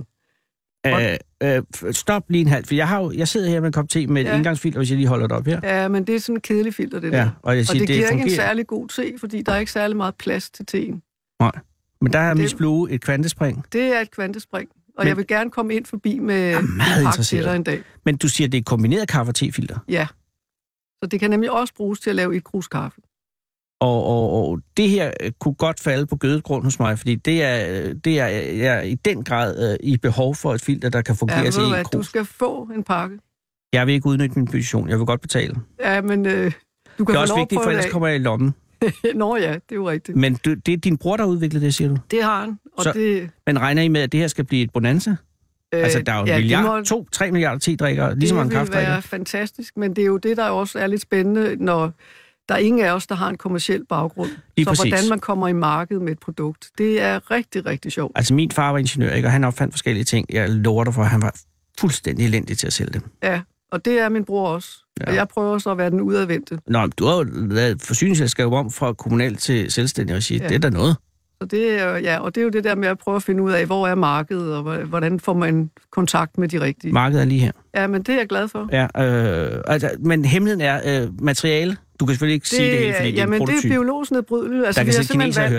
Uh, uh, stop lige en halv, for jeg, har jo, jeg sidder her med en kop te med et ja. indgangsfilter, hvis jeg lige holder det op her. Ja, men det er sådan et kedeligt filter, det ja, der. Og, jeg siger, og det, det giver fungerer. ikke en særlig god te, fordi der er ikke særlig meget plads til teen. Nej, men der er Miss Blue et kvantespring. Det er et kvantespring, og men, jeg vil gerne komme ind forbi med en pakke til dig en dag. Men du siger, det er kombineret kaffe- og tefilter? Ja, så det kan nemlig også bruges til at lave et krus kaffe. Og, og, og det her kunne godt falde på gødet grund hos mig, fordi det er, det er, jeg er i den grad uh, i behov for et filter, der kan fungere ja, til en krus. Du skal få en pakke. Jeg vil ikke udnytte min position. Jeg vil godt betale. Ja, men øh, du kan det er også vigtigt, for ellers kommer jeg i lommen. Nå ja, det er jo rigtigt. Men du, det er din bror, der har udviklet det, siger du? Det har han. Og Så, det... Men regner I med, at det her skal blive et bonanza? Øh, altså, der er jo ja, milliard, må... to, tre milliarder te-drikker, ligesom en kraftdrikker. Det vil være fantastisk, men det er jo det, der også er lidt spændende, når der er ingen af os, der har en kommerciel baggrund. Lige så præcis. Hvordan man kommer i markedet med et produkt, det er rigtig, rigtig sjovt. Altså, min far var ingeniør, ikke? Og han opfandt forskellige ting. Jeg lover dig for, at han var fuldstændig elendig til at sælge dem. Ja, og det er min bror også. Ja. Og jeg prøver så at være den udadvendte. Nå, du har jo lavet forsyningsselskab om fra kommunal til selvstændig regi. Ja. Det er da noget. Så det er, ja, og det er jo det der med at prøve at finde ud af, hvor er markedet, og hvordan får man kontakt med de rigtige. Markedet er lige her. Ja, men det er jeg glad for. Ja, øh, altså, men hemmeligheden er øh, materiale. Du kan selvfølgelig ikke det, sige det hele, fordi ja, det er en men prototyp. Det er biologisk nedbrydeligt. Altså, der kan vi sidde kineser valgt... høre det her.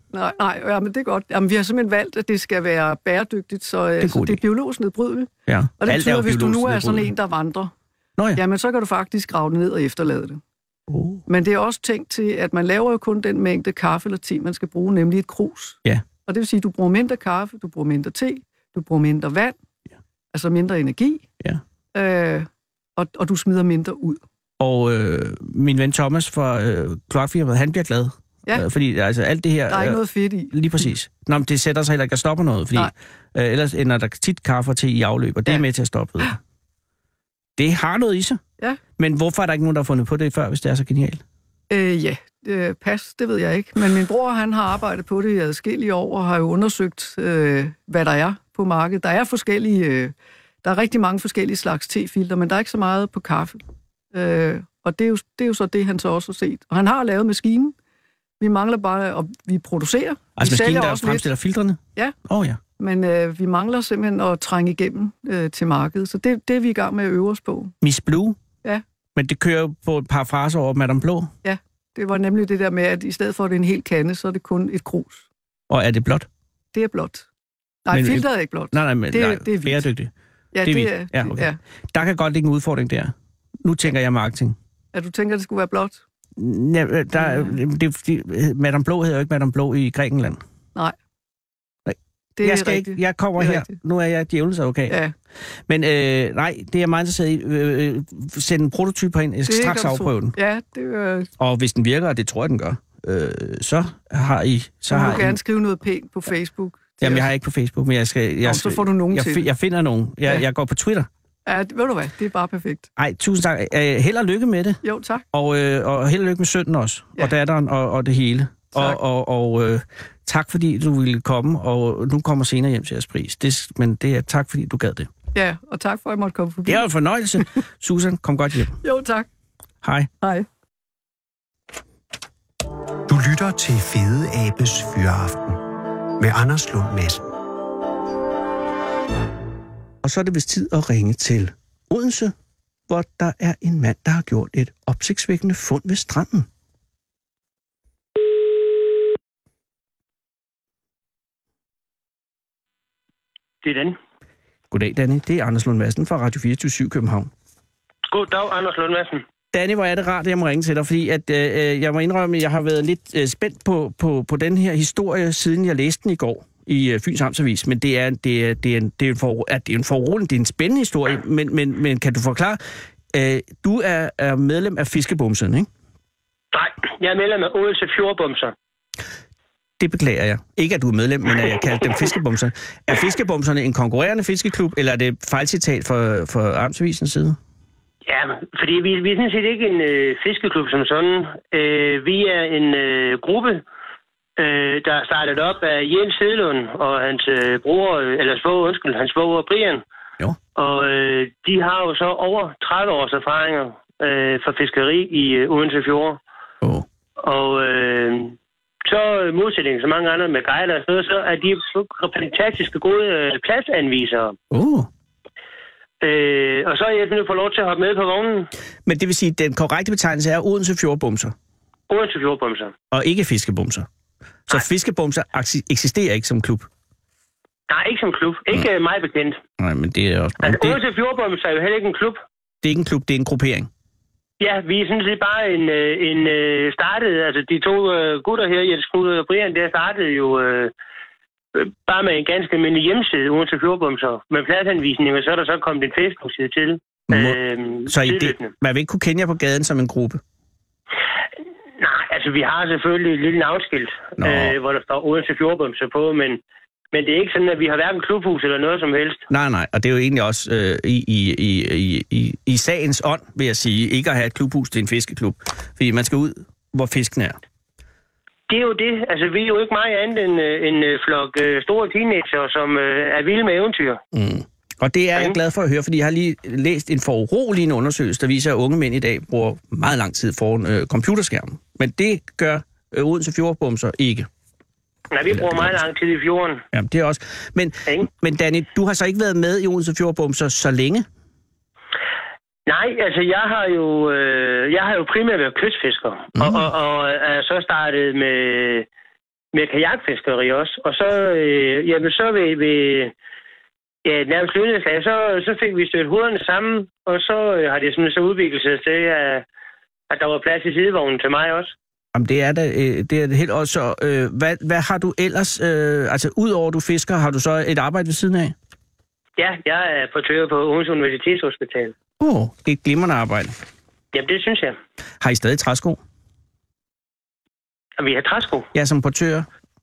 Nej, nej, ja, men det er godt. Jamen, vi har simpelthen valgt, at det skal være bæredygtigt, så det er, så det er biologisk nedbrydeligt. Ja. Og det Alt betyder, er hvis du nu er sådan nedbrydeligt. en, der vandrer, Nå ja. jamen så kan du faktisk grave det ned og efterlade det. Oh. Men det er også tænkt til, at man laver jo kun den mængde kaffe eller te, man skal bruge, nemlig et krus. Ja. Og det vil sige, at du bruger mindre kaffe, du bruger mindre te, du bruger mindre vand, ja. altså mindre energi, ja. øh, og, og du smider mindre ud. Og øh, min ven Thomas fra øh, kloakfirmaet, han bliver glad. Ja. Øh, fordi altså alt det her... Der er ikke øh, noget fedt i. Lige præcis. Nå, men det sætter sig heller ikke at stoppe noget, fordi øh, ellers ender der tit kaffe og te i afløb, og det ja. er med til at stoppe det. Det har noget i sig. Ja. Men hvorfor er der ikke nogen, der har fundet på det før, hvis det er så genialt? Øh, ja, øh, pas, det ved jeg ikke. Men min bror, han har arbejdet på det i adskillige år, og har jo undersøgt, øh, hvad der er på markedet. Der er forskellige... Øh, der er rigtig mange forskellige slags tefilter, men der er ikke så meget på kaffe. Øh, og det er, jo, det er jo så det, han så også har set. Og han har lavet maskinen. Vi mangler bare, og vi producerer. Altså vi maskinen, der fremstiller lidt. Filtrene? Ja. Åh oh, ja. Men øh, vi mangler simpelthen at trænge igennem øh, til markedet. Så det, det er vi i gang med at øve os på. Miss Blue? Ja. Men det kører jo på et par fraser over Madame Blå? Ja, det var nemlig det der med, at i stedet for at det er en hel kande, så er det kun et krus. Og er det blåt? Det er blåt. Nej, men, filteret er ikke blåt. Nej, nej, men det, nej, det er bæredygtigt. Ja, det er, det er ja, okay. ja. Der kan godt ligge en udfordring der. Nu tænker jeg marketing. Ja, du tænker, det skulle være blåt? Ja, der, ja. Det, det, Madame Blå hedder jo ikke Madame Blå i Grækenland. Nej. Nej. Det jeg er skal rigtigt. ikke, jeg kommer her. Rigtigt. Nu er jeg djævelens advokat. Ja. Men øh, nej, det er jeg meget interesseret i. Øh, send en prototype ind. Jeg skal straks afprøve den. Ja, det øh... Og hvis den virker, og det tror jeg, den gør, øh, så har I... Så, så har du I, gerne skrive noget pænt på Facebook. Jamen, jeg har ikke på Facebook, men jeg skal... Jeg, Nå, så får du nogen jeg, til. Jeg, jeg finder nogen. Jeg, ja. jeg går på Twitter. Ja, ved du hvad? Det er bare perfekt. Ej, tusind tak. Held og lykke med det. Jo, tak. Og, øh, og held og lykke med sønnen også. Ja. Og datteren og, og det hele. Tak. Og, og, og øh, tak, fordi du ville komme, og nu kommer senere hjem til jeres pris. Det, men det er tak, fordi du gad det. Ja, og tak for, at jeg måtte komme forbi. Det er en fornøjelse. Susan, kom godt hjem. Jo, tak. Hej. Hej. Du lytter til Fede Abes Fyraften med Anders Lund Madsen. Og så er det vist tid at ringe til Odense, hvor der er en mand, der har gjort et opsigtsvækkende fund ved stranden. Det er den. Goddag, Danny. Det er Anders Lund Madsen fra Radio fireogtyve syv København. Goddag, Anders Lund Madsen. Danny, hvor er det rart, at jeg må ringe til dig, fordi at, øh, jeg må indrømme, at jeg har været lidt øh, spændt på, på, på den her historie, siden jeg læste den i går i øh, Fyns Amtsavis. Men det er, det er, det er en, det er en, for, at det er en foruroligende, det er en spændende historie, men, men, men kan du forklare, øh, du er, er medlem af Fiskebumserne, ikke? Nej, jeg er medlem af Odense Fjordbumser. Det beklager jeg. Ikke at du er medlem, men at jeg kalder dem Fiskebumserne. Er Fiskebumserne en konkurrerende fiskeklub, eller er det fejlcitat fra, fra Amtsavisens side? Ja, fordi vi, vi er sådan set ikke en øh, fiskeklub som sådan. Øh, vi er en øh, gruppe, øh, der er startet op af Jens Hedlund og hans øh, bror, eller svoger, undskyld, hans svoger Brian. Jo. Og øh, de har jo så over tredive års erfaringer øh, for fiskeri i øh, Odense Fjord. Oh. Og øh, så modsætning som mange andre med guider og sådan noget, så er de fantastiske gode øh, pladsanvisere. Oh. Øh, og så er jeg nu fået lov til at hoppe med på vognen. Men det vil sige, at den korrekte betegnelse er Odense Fjordbumser? Odense Fjordbumser. Og ikke Fiskebumser? Så Nej. Fiskebumser eksisterer ikke som klub? Nej, ikke som klub. Ikke mm. mig bekendt. Nej, men det er også... Altså, det... Odense Fjordbumser er jo heller ikke en klub. Det er ikke en klub, det er en gruppering? Ja, vi er sådan set bare en, en startet... Altså, de to gutter her, Jens Knud og Brian, der startede jo... Øh, bare med en ganske almindelig hjemmeside, Odense Fjordbumser. Med pladsanvisninger, så er der så kommet en Facebook-side til. Må... Øhm, så I det, man vil ikke kunne kende jer på gaden som en gruppe? Nej, altså vi har selvfølgelig et lille navnskilt, øh, hvor der står Odense Fjordbumser på, men, men det er ikke sådan, at vi har hverken klubhus eller noget som helst. Nej, nej, og det er jo egentlig også øh, i, i, i, i, i sagens ånd, vil jeg sige, ikke at have et klubhus til en fiskeklub. Fordi man skal ud, hvor fisken er. Det er jo det. Altså, vi er jo ikke meget andet end en, en flok øh, store teenager, som øh, er vilde med eventyr. Mm. Og det er jeg glad for at høre, fordi jeg har lige læst en foruroligende undersøgelse, der viser, at unge mænd i dag bruger meget lang tid foran øh, computerskærmen. Men det gør øh, Odense Fjordbumser ikke. Nej, vi bruger meget lang tid i fjorden. Jamen, det er også. Men, men Danny, du har så ikke været med i Odense Fjordbumser så længe? Nej, altså jeg har jo øh, jeg har jo primært været kystfisker, mm. og, og, og er så startet med med kajakfiskeri også. Og så, øh, jamen, så ved, ved ja, nærmest lønneslag, så, så fik vi stødt hovederne sammen, og så øh, har det simpelthen så udviklet sig til, at, at der var plads i sidevognen til mig også. Jamen, det er da, det er det helt også. Øh, hvad, hvad har du ellers, øh, altså udover du fisker, har du så et arbejde ved siden af? Ja, jeg er portør på Aarhus Universitetshospital. Åh, oh, et glimrende arbejde. Jamen, det synes jeg. Har I stadig træsko? Og vi har træsko. Ja, som portør.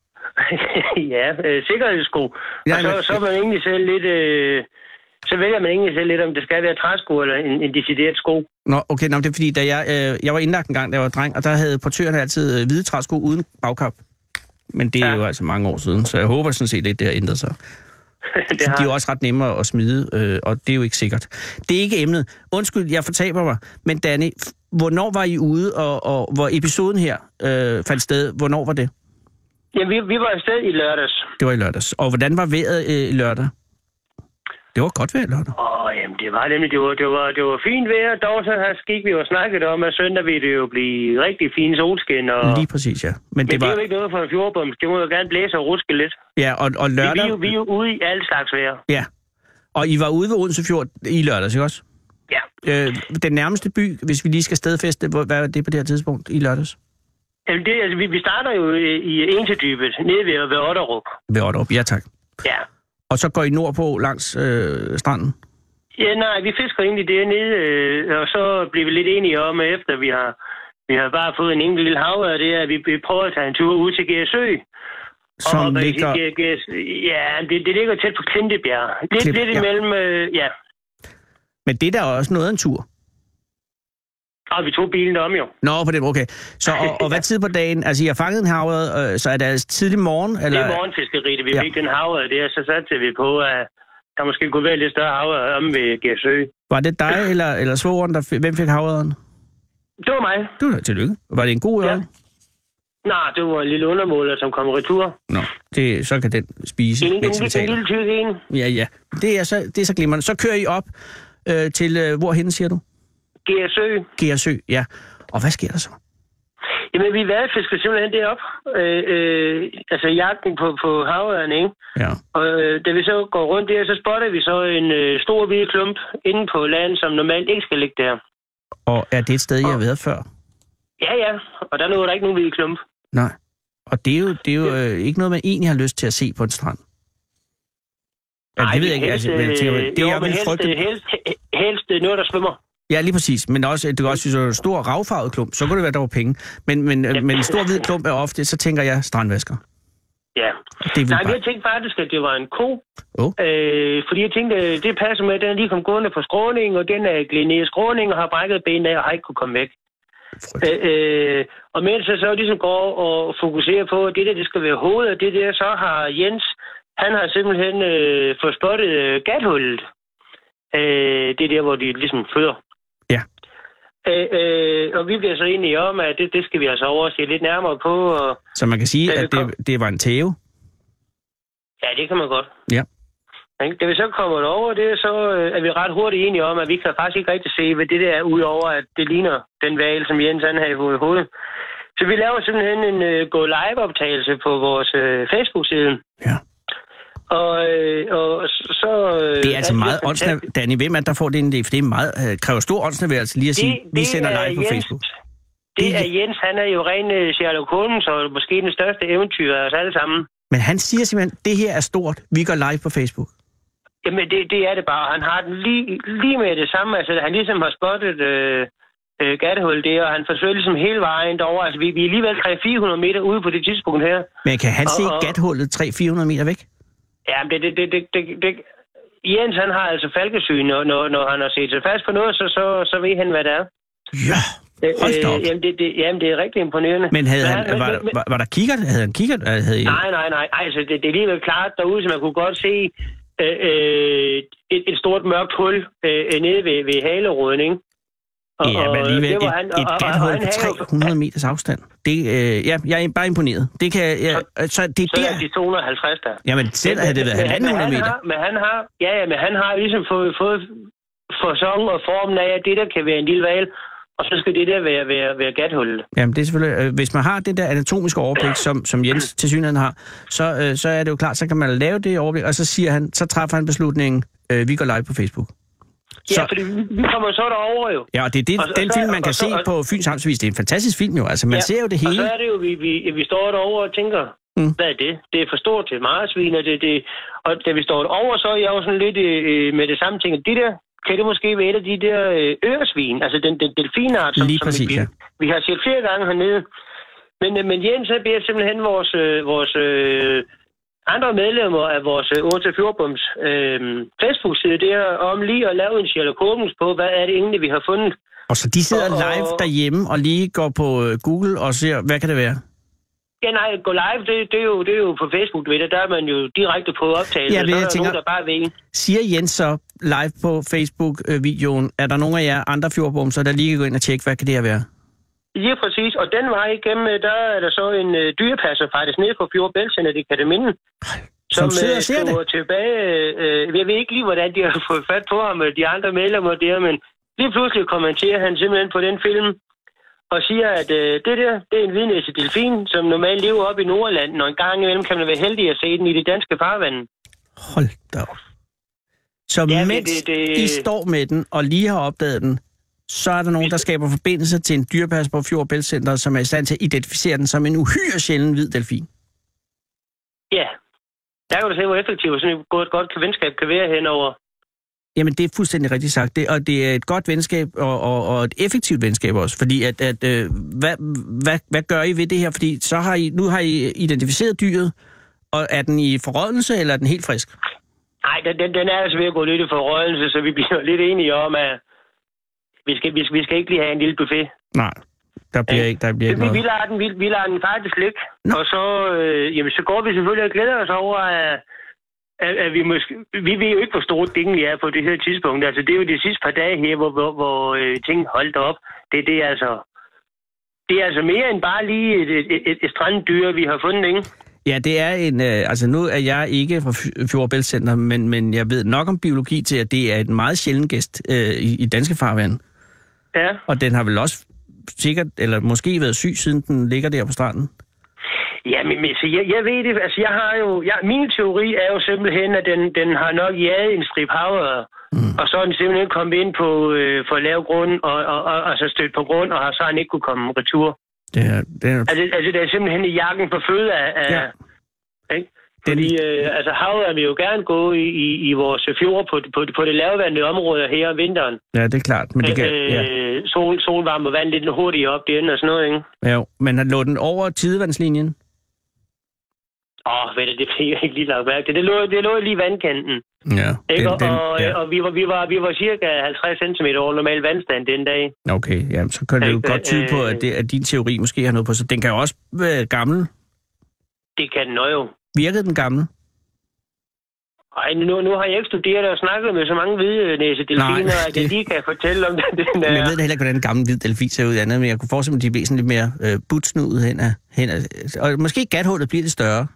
ja, øh, sikkerhedssko. Ja, og så, men... så er man egentlig selv lidt... Øh, så vælger man egentlig selv lidt, om det skal være træsko eller en, en decideret sko. Nå, okay, nå, det er fordi, da jeg, øh, jeg var indlagt en gang, da jeg var dreng, og der havde portøren altid øh, hvide træsko uden bagkap. Men det er ja. jo altså mange år siden, så jeg håber sådan set lidt, det har ændret sig. det har... De er jo også ret nemmere at smide, øh, og det er jo ikke sikkert. Det er ikke emnet. Undskyld, jeg fortaber mig, men Danny, hvornår var I ude, og, og hvor episoden her øh, fandt sted, hvornår var det? Ja, vi, vi var afsted i lørdags. Det var i lørdags. Og hvordan var vejret øh, i lørdag? Det var godt vejr lørdag. Åh, oh, jamen det var nemlig, det var, det var, det var fint vejr. Dog så her gik vi jo snakket om, at søndag ville det jo blive rigtig fine solskin. Og... Lige præcis, ja. Men, Men det, var... det er jo ikke noget for en fjordbom. Det må jo gerne blæse og ruske lidt. Ja, og, og lørdag... Vi er, jo, vi er jo ude i alle slags vejr. Ja, og I var ude ved Odense Fjord i lørdags, ikke også? Ja. Øh, den nærmeste by, hvis vi lige skal stedfeste, hvad er det på det her tidspunkt i lørdags? Jamen det, altså, vi, vi starter jo i, i Ensedybet, nede ved, ved Otterup. Ved Otterup, ja tak. Ja. Og så går I nordpå langs øh, stranden? Ja, nej, vi fisker egentlig dernede, øh, og så bliver vi lidt enige om, at efter vi har, vi har bare fået en enkelt lille hav af det, at vi, vi prøver at tage en tur ud til Gersø. Som og, ligger... G- G- ja, det, det ligger tæt på Klintebjerg. Lidt, Klip, lidt imellem, ja. Øh, ja. Men det der er også noget af en tur. Og vi tog bilen om, jo. Nå, på det, okay. Så, og, og hvad tid på dagen? Altså, I har fanget en havred, øh, så er det altså tidlig morgen? Eller? Det er morgenfiskeri, det vi ja. fik den havred der, så satte vi på, at der måske kunne være lidt større havred om ved Gersø. Var det dig, eller, eller svogeren, der f- hvem fik havrederen? Det var mig. Du var tillykke. Var det en god øre? Ja. Nej, det var en lille undermåler, som kom retur. Nå, det, så kan den spise, en, en, mens vi taler. En lille tyk en. Ja, ja. Det er så, det er så glimrende. Så kører I op øh, til, øh, hvorhen siger du? Gersø. Gersø, ja. Og hvad sker der så? Jamen, vi valgfisker simpelthen derop. Øh, øh, altså jagten på, på havørn, ikke? Ja. Og øh, da vi så går rundt der, så spotter vi så en øh, stor hvid klump inde på land, som normalt ikke skal ligge der. Og er det et sted, I har været før? Ja, ja. Og der er der ikke nogen hvid klump. Nej. Og det er jo, det er jo øh, ikke noget, man egentlig har lyst til at se på en strand. Ja, Nej, det ved jeg ikke. Helst, Altså, men, det, det jo, er men helst, helst, helst, helst noget, der svømmer. Ja, lige præcis. Men også, det kan også synes, at en stor ravfarvet klump, så kunne det være, der var penge. Men, men, ja. men en stor hvid klump er ofte, så tænker jeg strandvasker. Ja. Det Nej, bare... jeg tænkte faktisk, at det var en ko. Oh. Øh, fordi jeg tænkte, det passer med, at den er lige kommet gående på skråning, og den er glædet ned i skråning og har brækket benene af og har ikke kunne komme væk. Øh, øh, og mens jeg så ligesom går og fokuserer på, at det der, det skal være hovedet, og det der, så har Jens, han har simpelthen øh, fået spottet øh, gathullet. Øh, det er der, hvor de ligesom føder. Ja. Øh, øh, og vi bliver så enige om, at det, det skal vi altså overse lidt nærmere på. Og, så man kan sige, at det, det var en tæve? Ja, det kan man godt. Ja. Da vi så kommer over det, så er vi ret hurtigt enige om, at vi kan faktisk ikke rigtig se, hvad det der er, udover at det ligner den hval, som Jens han har i hovedet. Så vi laver simpelthen en uh, go live-optagelse på vores uh, Facebook-side. Ja. Og, øh, og så... Øh, det er altså meget åndsnævnt. Danny, hvem er der får det en idé? For det er meget, øh, kræver stor åndsnæværelse lige at sige, det, vi sender live på Jens, Facebook. Det, det er Jens, han er jo ren uh, Sherlock Holmes, og måske den største eventyr af os alle sammen. Men han siger simpelthen, det her er stort, vi går live på Facebook. Jamen, det, det er det bare. Han har den lige, lige med det samme. Altså, han ligesom har spottet øh, øh, gattehul der, og han forsøger ligesom hele vejen derover. Altså, vi, vi er alligevel tre til fire hundrede meter ude på det tidspunkt her. Men kan han og, se og, gathullet tre til fire hundrede meter væk? Ja, det, det, det, det, det, det... Jens, han har altså falkesyn, og når, når han har set sig fast på noget, så, så, så ved han, hvad det er. Ja, hold da op. Øh, jamen, det, det, jamen, det er rigtig imponerende. Men havde han, men, var, men, var, var der kikkert? Havde han kikkert? Havde I... Nej, nej, nej. Altså, det, det er alligevel klart derude, så man kunne godt se øh, øh, et, et stort mørkt hul øh, nede ved, ved haleråden, ikke? Og, ja, men alligevel et, han, et gathul på tre hundrede meters afstand. Det, øh, ja, jeg er bare imponeret. Det kan, ja, så, så det er så der... er de to hundrede og halvtreds der. Jamen, selv havde det været halvanden hundrede meter. Har, men han har, ja, ja, men han har ligesom fået, fået forsong og formen af, at det der kan være en lille hval. Og så skal det der være, være, være gathullet. Jamen, det er selvfølgelig... Øh, hvis man har det der anatomiske overblik, som, som Jens til synligheden har, så, øh, så er det jo klart, så kan man lave det overblik, og så siger han, så træffer han beslutningen, øh, vi går live på Facebook. Så, ja, fordi vi kommer så derover jo. Ja, og det er det, og, den og så, film, man kan og, se og, på Fyns Amtsvis. Det er en fantastisk film jo, altså man ja, ser jo det hele. Og så er det jo, vi, vi, vi står derovre og tænker, mm. hvad er det? Det er for stort til marsvin, og, det, det, og da vi står derovre, så er jeg jo sådan lidt øh, med det samme ting. Det der, kan det måske være et af de der øh, øresvin, altså den, den delfinart, som, Lige præcis, som vi, ja. vi har set flere gange hernede. Men, øh, men Jens, så beder simpelthen vores... Øh, vores øh, andre medlemmer af vores Odense Fjordbums øh, Facebook-side der, om lige at lave en Sherlock Holmes på, hvad er det egentlig, vi har fundet. Og så de sidder og, live derhjemme og lige går på Google og ser, hvad kan det være? Ja, nej, gå live, det, det, er, jo, det er jo på Facebook, du ved det. Der er man jo direkte på optagelse, ja, det, så er der tænker, nogen, der bare ved. Siger Jens så live på Facebook-videoen, er der nogen af jer andre Fjordbumser, der lige kan gå ind og tjekke, hvad kan det her være? Ja, præcis. Og den vej igennem, der er der så en uh, dyrepasser faktisk nede på Fjord Bæltcenter, det kan det minde. Som, som sidder og ser det? Tilbage, uh, jeg ved ikke lige, hvordan de har fået fat på ham, de andre medlemmer der, men lige pludselig kommenterer han simpelthen på den film, og siger, at uh, det der, det er en hvidnæset delfin, som normalt lever op i Nordland, og en gang imellem kan man være heldig at se den i det danske farvand. Hold da op. Så ja, mens det, det... I står med den, og lige har opdaget den, så er der nogen, der skaber forbindelse til en dyrepasser på Fjord Bæltcenter, som er i stand til at identificere den som en uhyre sjælden hvid delfin. Ja. Der kan du se, hvor effektivt sådan et godt, godt venskab kan være henover. Jamen, det er fuldstændig rigtigt sagt. Det, og det er et godt venskab, og, og, og et effektivt venskab også. Fordi, at, at øh, hvad, hvad, hvad gør I ved det her? Fordi så har I, nu har I identificeret dyret, og er den i forrådnelse, eller er den helt frisk? Nej, den, den, den er altså ved at gå lidt i forrådnelse, så vi bliver lidt enige om, at vi skal, vi, vi skal ikke lige have en lille buffet. Nej, der bliver ja. ikke, der bliver ikke vi, noget. Vi lader den, vi, vi lader den faktisk ligge, og så, øh, jamen, så går vi selvfølgelig og glæder os over, at, at, at vi måske... Vi ved jo ikke, hvor store dingen er på det her tidspunkt. Altså, det er jo de sidste par dage her, hvor, hvor, hvor øh, ting holdt op. Det, det er altså... Det er altså mere end bare lige et, et, et, et stranddyr, vi har fundet, ikke? Ja, det er en... Øh, altså, nu er jeg ikke fra Fjord Bæltcenter, men, men jeg ved nok om biologi til, at det er et meget sjældent gæst øh, i, i danske farvand. Ja. Og den har vel også sikkert, eller måske været syg, siden den ligger der på stranden? Ja, men, men så jeg, jeg ved det, altså jeg har jo, jeg, min teori er jo simpelthen, at den, den har nok jaget en strip havre, mm. og så er den simpelthen kommet ind på øh, for lav grund, og, og, og, og så stødt på grund, og har så han ikke kunne komme retur. Det er, det er... Altså, altså det er simpelthen i jakken på føde af, ja. Ikke? Fordi øh, altså, havet vil jo gerne gå i, i, i vores fjord på, på, på det lavvandede område her om vinteren. Ja, det er klart. Men det kan, øh, ja. sol, solvarme og vand lidt hurtigere op derinde og sådan noget, ikke? Ja, men han lå den over tidevandslinjen? Åh, oh, ved det, det fik jeg ikke lige lagt mærke til. Det lå, det lå lige i vandkanten. Ja. Ikke? Den, den, og ja. og vi, var, vi, var, vi var cirka halvtreds centimeter over normal vandstand den dag. Okay, ja, så kan det jo godt tyde på, at, det, at din teori måske har noget på sig. Den kan jo også være gammel. Det kan den jo. Virkede den gamle? Ej, nu, nu har jeg ikke studeret og snakket med så mange hvidnæsedelfiner, at jeg lige kan fortælle om den. den jeg ved da heller ikke, hvordan en gammel hvid delfin ser ud i andet, men jeg kunne forestille mig, at de bliver sådan lidt mere øh, butsnudet hen ad, hen ad, og måske gathullet bliver lidt større.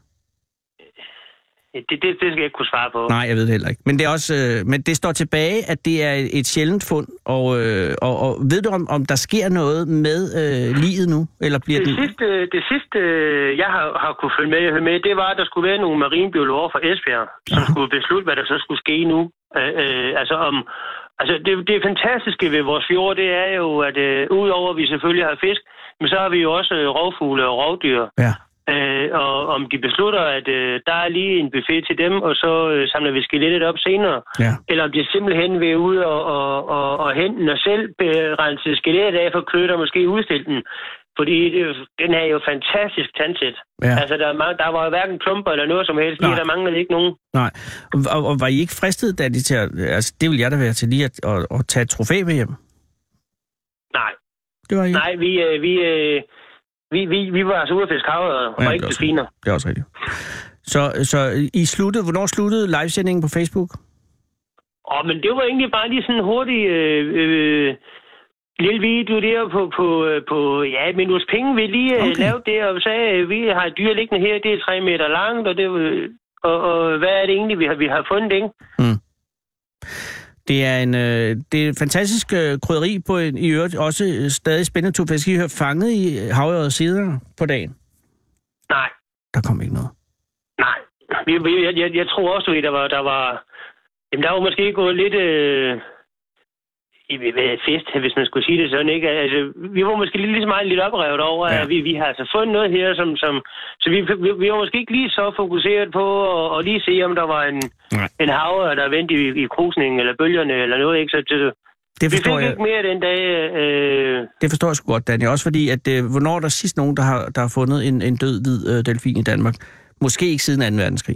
Det, det, det skal jeg ikke kunne svare på. Nej, jeg ved det heller ikke. Men det, er også, øh, men det står tilbage, at det er et sjældent fund, og, øh, og, og ved du, om, om der sker noget med øh, livet nu? Eller bliver det, den... sidste, det sidste, jeg har, har kunne følge med, med, det var, at der skulle være nogle marinbiologer fra Esbjerg, som Aha. skulle beslutte, hvad der så skulle ske nu. Øh, øh, altså, om, altså det, det fantastiske ved vores fjord, det er jo, at øh, udover at vi selvfølgelig har fisk, men så har vi jo også øh, rovfugle og rovdyr. Ja. Øh, og om de beslutter, at øh, der er lige en buffet til dem, og så øh, samler vi skelettet op senere. Ja. Eller om de simpelthen vil ud og, og, og, og hente den og selv rense skelettet af for kød og måske udstille den. Fordi det, den er jo fantastisk tandsæt. Ja. Altså, der, er, der var jo hverken klumper eller noget som helst. Lige, der manglede ikke nogen. Nej. Og, og var I ikke fristet, da de til at... Altså, det ville jeg da være til lige at, at, at tage et trofæ med hjem? Nej. Det var I? Nej, vi... Øh, vi øh, Vi, vi, vi var altså ude at fiske havet, og ja, var ikke delfiner. Det er også rigtigt. Så, så I sluttede, hvornår sluttede livesendingen på Facebook? Åh, oh, men det var egentlig bare lige sådan en hurtig øh, øh, lille video der på, på, på ja, minuts penge. Vi lige øh, okay. lavede det, og sagde, at vi har et dyr liggende her, det er tre meter langt, og, det, og, og hvad er det egentlig, vi har, vi har fundet, ikke? Mm. Det er en øh, det er en fantastisk øh, krydderi på en i øvrigt også øh, stadig spændende tubfisk. I har fanget i havørred senere på dagen. Nej. Der kom ikke noget. Nej. Vi, vi, jeg, jeg, jeg tror også, at der var, der var, jamen, der var måske gået lidt øh, i fest, hvis man skulle sige det sådan, ikke? Altså, vi var måske lige, lige så meget lidt oprevet over, ja. at vi, vi har altså fundet noget her, som, som så vi, vi, vi var måske ikke lige så fokuseret på at, at lige se, om der var en, en haver, der vendte i, i krusningen eller bølgerne eller noget, ikke? Så det, det forstår vi fik jeg. ikke mere den dag. Øh... Det forstår jeg sgu godt, Danny. Også fordi, at øh, hvornår er der sidst nogen, der har, der har fundet en, en død hvid øh, delfin i Danmark? Måske ikke siden anden verdenskrig.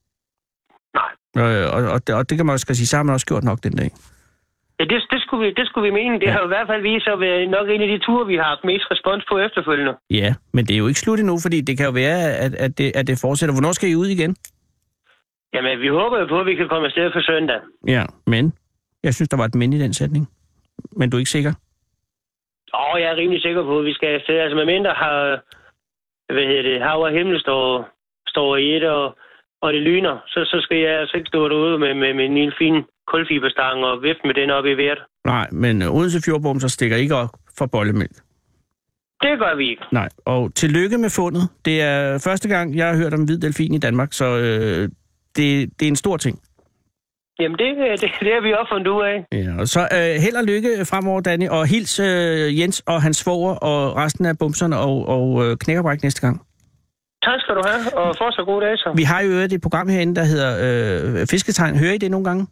Nej. Øh, og, og, og det kan man også sige, så har man også gjort nok den dag. Ja, det, det, skulle vi, det skulle vi mene. Det ja. har i hvert fald vist sig at være nok en af de ture, vi har haft mest respons på efterfølgende. Ja, men det er jo ikke slut endnu, fordi det kan jo være, at, at, det, at det fortsætter. Hvornår skal I ud igen? Jamen, vi håber jo på, at vi kan komme afsted for søndag. Ja, men jeg synes, der var et men i den sætning. Men du er ikke sikker? Åh, jeg er rimelig sikker på, at vi skal afsted. Altså, med mindre har, hvad hedder det, hav og himmel står, står i et, og, og det lyner, så, så skal jeg altså ikke stå derude med, med, med en fin kulfiberstang og vifte med den op i vejret. Nej, men Odense Fjordbom så stikker ikke op for bollemælk. Det gør vi ikke. Nej, og tillykke med fundet. Det er første gang, jeg har hørt om hvid delfin i Danmark, så øh, det, det er en stor ting. Jamen, det, det, det har vi også fundet ud af. Ja, og så øh, held og lykke fremover, Danny, og hils øh, Jens og hans svoger og resten af bumserne og, og øh, knækkerbræk næste gang. Tak skal du have, og fortsat god dag så. Vi har jo et program herinde, der hedder øh, Fisketegn. Hører I det nogle gange?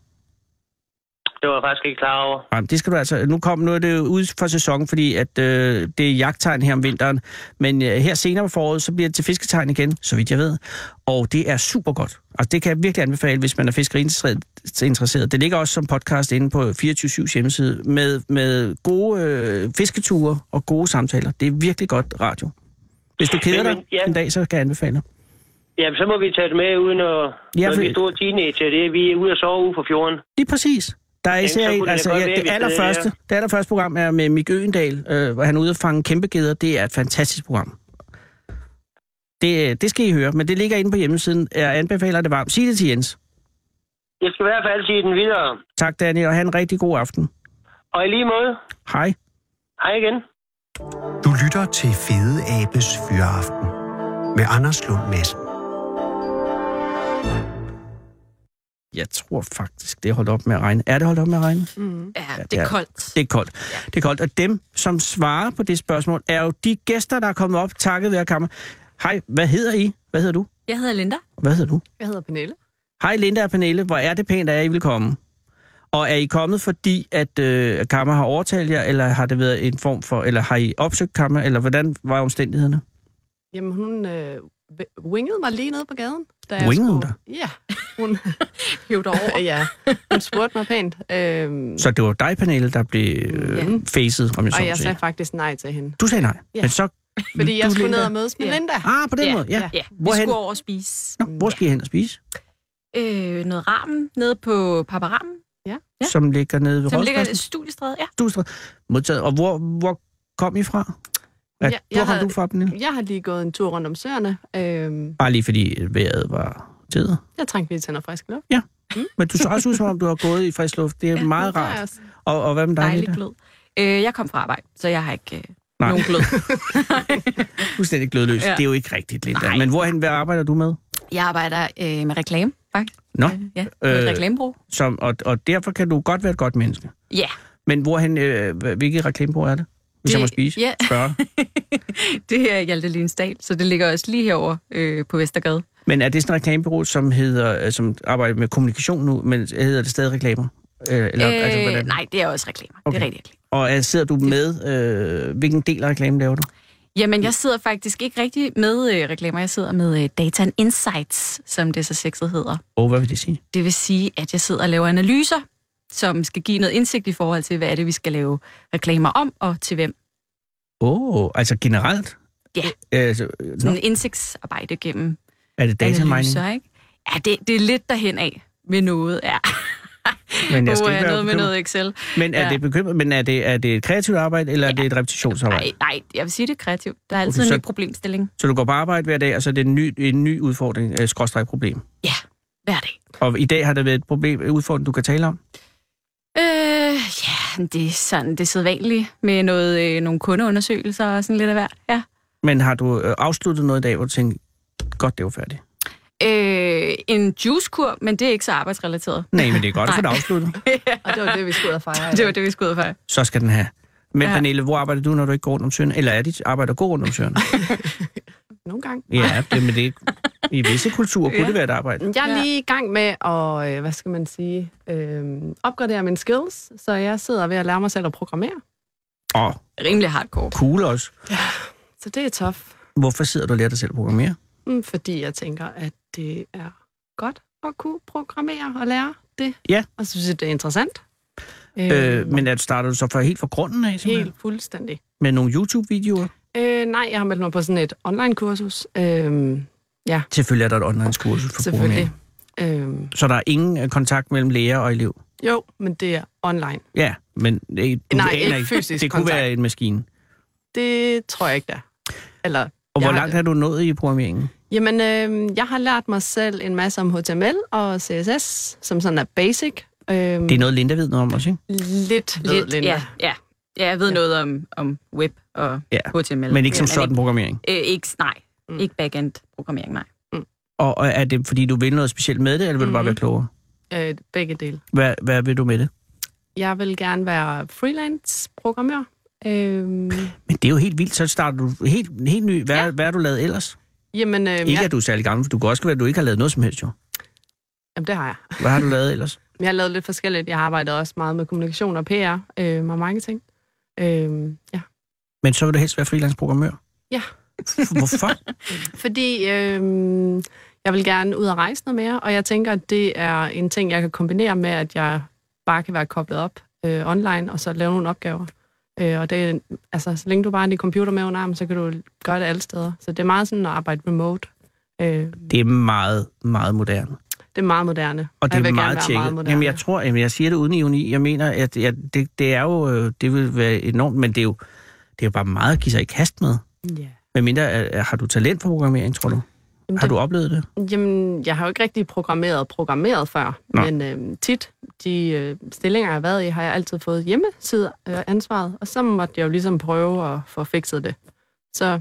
Det var jeg faktisk ikke klar over. Jamen, det skal du altså. Nu kom nu er det ud for sæsonen, fordi at øh, det er jagttegn her om vinteren. Men øh, her senere på foråret, så bliver det til fisketegn igen, så vidt jeg ved. Og det er super godt. Altså, det kan jeg virkelig anbefale, hvis man er fiskeriinteresseret. Det ligger også som podcast inde på fireogtyve syv's hjemmeside med, med gode øh, fisketure og gode samtaler. Det er virkelig godt radio. Hvis du keder dig ja. en dag, så kan jeg anbefale. Jamen, så må vi tage det med, uden at ja, for... vi er store teenager. Det er, vi er ude at sove ude på fjorden. Lige præcis. Der er især en, altså, ja, det, allerførste, det allerførste program er med Mick Øgendal, øh, hvor han er ude at fange kæmpegeder. Det er et fantastisk program. Det, det skal I høre, men det ligger inde på hjemmesiden. Jeg anbefaler det varmt. Sig det til Jens. Jeg skal i hvert fald sige den videre. Tak, Danny, og have en rigtig god aften. Og i lige måde. Hej. Hej igen. Du lytter til Fede Abes Fyraften med Anders Lund Madsen. Jeg tror faktisk, det er holdt op med at regne. Er det holdt op med at regne? Mm. Ja, ja, det er koldt. Det er koldt. Ja. Det er koldt. Og dem, som svarer på det spørgsmål, er jo de gæster, der er kommet op, takket være kammer. Hej, hvad hedder I? Hvad hedder du? Jeg hedder Linda. Hvad hedder du? Jeg hedder Pernille. Hej Linda og Pernille. Hvor er det pænt, at I vil komme? Og er I kommet, fordi at øh, Kammer har overtalt jer, eller har det været en form for, eller har I opsøgt Kammer, eller hvordan var omstændighederne? Jamen, hun øh, wingede mig lige nede på gaden. Wingede dig? Ja, hun hævde over. Ja, hun spurgte mig pænt. Øhm, så det var dig, Pernille, der blev øh, ja. facet, om jeg så Og jeg sagde faktisk nej til hende. Du sagde nej? Ja. Men så... Fordi jeg skulle ned og mødes med ja. Linda. Ah, på den ja. måde, ja. ja. Vi Hvorhen? skulle over og spise. Nå, hvor skal I hen og spise? Øh, noget ramen nede på Paparammen. Ja. ja. Som ligger nede ved Som Rådhuspladsen? ligger i Studiestræde, ja. Studiestræde. Modtaget. Og hvor, hvor kom I fra? At, ja, hvor kom har, du fra, Pernille? Jeg har lige gået en tur rundt om søerne. Øhm, Bare lige fordi vejret var tider? Jeg trængte lige til noget frisk luft. Ja, mm. men du så også ud som om, du har gået i frisk luft. Det er ja, meget det rart. Er og, og hvad med dig? Dejligt glød. Øh, jeg kom fra arbejde, så jeg har ikke... Øh... Nej. Nogen glød. Fuldstændig glødløs. Ja. Det er jo ikke rigtigt, Linda. Nej. Men hvorhen, hvad arbejder du med? Jeg arbejder øh, med reklame, faktisk. Nå. Ja, med øh, et reklamebureau. Som, og, og derfor kan du godt være et godt menneske. Ja. Men hvorhen, øh, hvilket reklamebureau er det? Hvis det, jeg må spise? Ja. Spørge. Det er Hjalte Linsdal, så det ligger også lige herovre øh, på Vestergade. Men er det sådan et reklamebureau, som hedder, som arbejder med kommunikation nu, men hedder det stadig reklamer? Øh, eller, øh, altså, hvordan? Nej, det er også reklamer. Okay. Det er rigtig reklamer. Og sidder du med, øh, hvilken del af reklamen laver du? Jamen, jeg sidder faktisk ikke rigtig med øh, reklamer. Jeg sidder med øh, Data and Insights, som det så sexet hedder. Og oh, hvad vil det sige? Det vil sige, at jeg sidder og laver analyser, som skal give noget indsigt i forhold til, hvad er det, vi skal lave reklamer om, og til hvem. Åh, oh, altså generelt? Ja, øh, så, sådan en indsigtsarbejde gennem er det data analyser, mining? Ikke? Ja, det, det er lidt derhen af med noget, ja. Men jeg skal ikke være noget med noget Excel. Men er ja. det bekymret? Men er det, er det et kreativt arbejde, eller ja. er det et repetitionsarbejde? Nej, nej, jeg vil sige, det er kreativt. Der er altid okay, en ny så, problemstilling. Så du går på arbejde hver dag, og så er det en ny, en ny udfordring, øh, skråstreg problem? Ja, hver dag. Og i dag har der været et problem, en udfordring, du kan tale om? Øh, ja, det er sådan, det er sædvanligt med noget, øh, nogle kundeundersøgelser og sådan lidt af hvert, ja. Men har du øh, afsluttet noget i dag, hvor du tænkte, godt, det var færdigt? Øh, en juicekur, men det er ikke så arbejdsrelateret. Nej, men det er godt at få det afsluttet. Ja. Og det var det, vi skulle ud og fejre. Det var det, vi skulle ud og fejre. Så skal den have. Men Ja. Pernille, hvor arbejder du, når du ikke går rundt om søen? Eller er dit arbejde at gå rundt om søen? Nogle gange. Ja, det, men det, i visse kulturer kunne Ja. det være et arbejde. Jeg er lige i gang med at, øh, hvad skal man sige, øh, opgradere mine skills, så jeg sidder ved at lære mig selv at programmere. Åh, Rimelig hardcore. cool også. Så det er tough, Hvorfor sidder du og lærer dig selv at programmere? mm, fordi jeg tænker, at det er godt at kunne programmere og lære det. Ja. Og så synes jeg, det er interessant. Øh, men at starter du så fra helt fra grunden af, simpelthen? Helt fuldstændig. Med nogle YouTube-videoer? Øh, nej, jeg har meldt mig på sådan et online-kursus. Øh, ja, Selvfølgelig er der et online-kursus for selvfølgelig. programmering. Øh, Så der er ingen øh, kontakt mellem lærer og elev? jo, men det er online. Ja, men øh, du Nej, aner ikke fysisk Det kunne kontakt. være en maskine. Det tror jeg ikke, der. Eller, Og hvor jeg langt har, har du nået i programmeringen? Jamen, øh, jeg har lært mig selv en masse om H T M L og C S S, som sådan er basic. Øh, Det er noget, Linda ved noget om også, ikke? lidt, ved Lidt, Linda. ja, ja. Ja, jeg ved Ja. noget om, om web og Ja, H T M L. Men ikke som men sådan programmering. Ikke, øh, ikke, nej, Mm. mm. ikke backend-programmering, nej. Og, og er det, fordi du vil noget specielt med det, eller vil mm-hmm. du bare Mhm. være klogere? Øh, begge dele. Hvad, hvad vil du med det? Jeg vil gerne være freelance-programmør. Øh, Men det er jo helt vildt, så starter du helt, helt ny. Hvad, ja. Ja. hvad har du lavet ellers? jamen, øh, Ikke jeg, at du er særlig gammel, for du kan også være, at du ikke har lavet noget som helst, jo. jamen, det har jeg. Hvad har du lavet ellers? Jeg har lavet lidt forskelligt. Jeg har arbejdet også meget med kommunikation og P R øh, og marketing. Øh, ja. Men så vil du helst være freelance-programmør? Ja. Hvorfor? Fordi øh, jeg vil gerne ud og rejse noget mere, og jeg tænker, at det er en ting, jeg kan kombinere med, at jeg bare kan være koblet op øh, online, og så lave nogle opgaver. Øh, og det er, altså, så længe du bare har din computer med under armen, så kan du gøre det alle steder. Så det er meget sådan at arbejde remote. Øh, Det er meget, meget moderne. det er meget moderne. Og det jeg er vil gerne meget være tjekket. meget moderne. Jamen, jeg tror, jamen, jeg siger det uden ironi. Jeg mener, at ja, det, det er jo, øh, det vil være enormt, men det er jo, det er jo bare meget at give sig i kast med. Ja. Men mindre, øh, har du talent for programmering, tror du? Jamen, Har det- du oplevet det? Jamen, jeg har jo ikke rigtig programmeret programmeret før, Nå. men øh, tit, de øh, stillinger, jeg har været i, har jeg altid fået hjemmeside øh, ansvaret, og så måtte jeg jo ligesom prøve at få fikset det. Så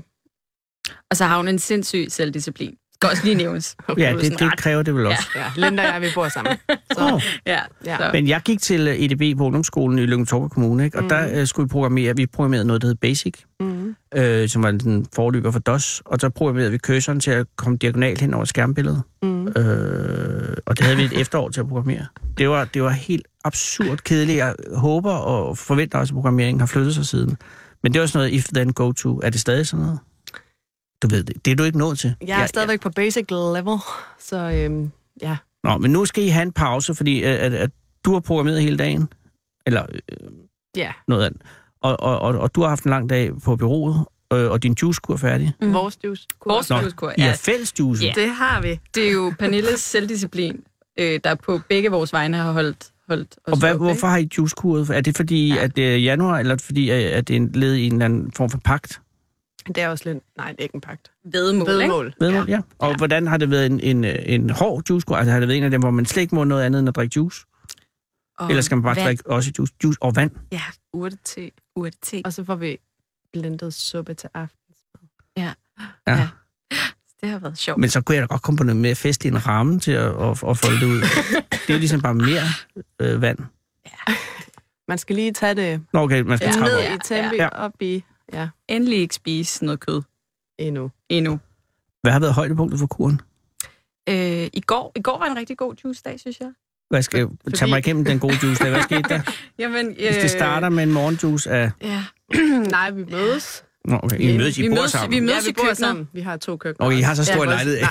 Og så har hun en sindssyg selvdisciplin. Skal også lige nævnes. Ja, Du er det, sådan det ret- kræver det vel også. ja, Linda og jeg, vi bor sammen. Så, Åh. Ja, Ja. så. Men jeg gik til E D B på ungdomsskolen i Lyngby-Taarbæk Kommune, ikke? Og mm. der øh, skulle vi programmere. Vi programmerede noget, der hed Basic, mm, øh, som var en forløber for DOS. Og så programmerede vi cursoren til at komme diagonalt hen over skærmbilledet. mm. Øh, og det havde vi et efterår til at programmere. Det var, det var helt absurd kedeligt. Jeg håber og forventer også, at programmeringen har flyttet sig siden. Men det var sådan noget if then go to. Er det stadig sådan noget? Du ved det. Det er du ikke nået til. Jeg er stadigvæk på basic level, så øhm, ja. Nå, men nu skal I have en pause, fordi at, at, at du har programmeret hele dagen. Eller øh, Ja, noget andet. Og, og, og, og du har haft en lang dag på bureauet, øh, og din juicekur er færdig. mm. vores juice. Vores Nå, juicekur, I ja. har fælles juice. Ja. Det har vi. Det er jo Pernilles selvdisciplin, øh, der på begge vores vegne har holdt, holdt os Og hvad, oppe, hvorfor har I juicekuret? Er det fordi, Ja. ja. at det er januar, eller fordi, at det er en led i en eller anden form for pagt? Det er også lidt... Nej, det er ikke en pagt. ikke? Væddemål, ikke? Vedmål. Vedmål, ja. ja. Og Ja. hvordan har det været en, en, en hård juicekur? Altså har det været en af dem, hvor man slet ikke må noget andet end at drikke juice? Og Eller skal man bare vand. drikke også juice? Juice og vand? Ja, urtete. Urtete. Og så får vi blendet suppe til aftensmad. Ja. Ja. Ja. Det har været sjovt. Men så kunne jeg da godt komme på noget mere fest i en ramme til at, at, at folde det ud. Det er jo ligesom bare mere øh, vand. Man skal lige tage det Nå, okay, man skal ja, trappe ned op. Ja, i tempo, ja. ja. op i... Ja, Endelig ikke spise noget kød endnu. endnu. Hvad har været højdepunktet for kuren? Øh, i, går, I går var en rigtig god juice-dag, synes jeg. Hvad skal jeg Fordi- tage mig igennem den gode juice? Hvad skete der? Jamen, øh, Hvis det starter med en morgenjuice af... Ja. Nej, vi mødes. Nå, okay. I Vi- mødes, I vi bor mødes- sammen. vi mødes- ja, vi i bor køkkenet. sammen. Vi har to køkkener. Okay, I har så stor Ja, en lejlighed.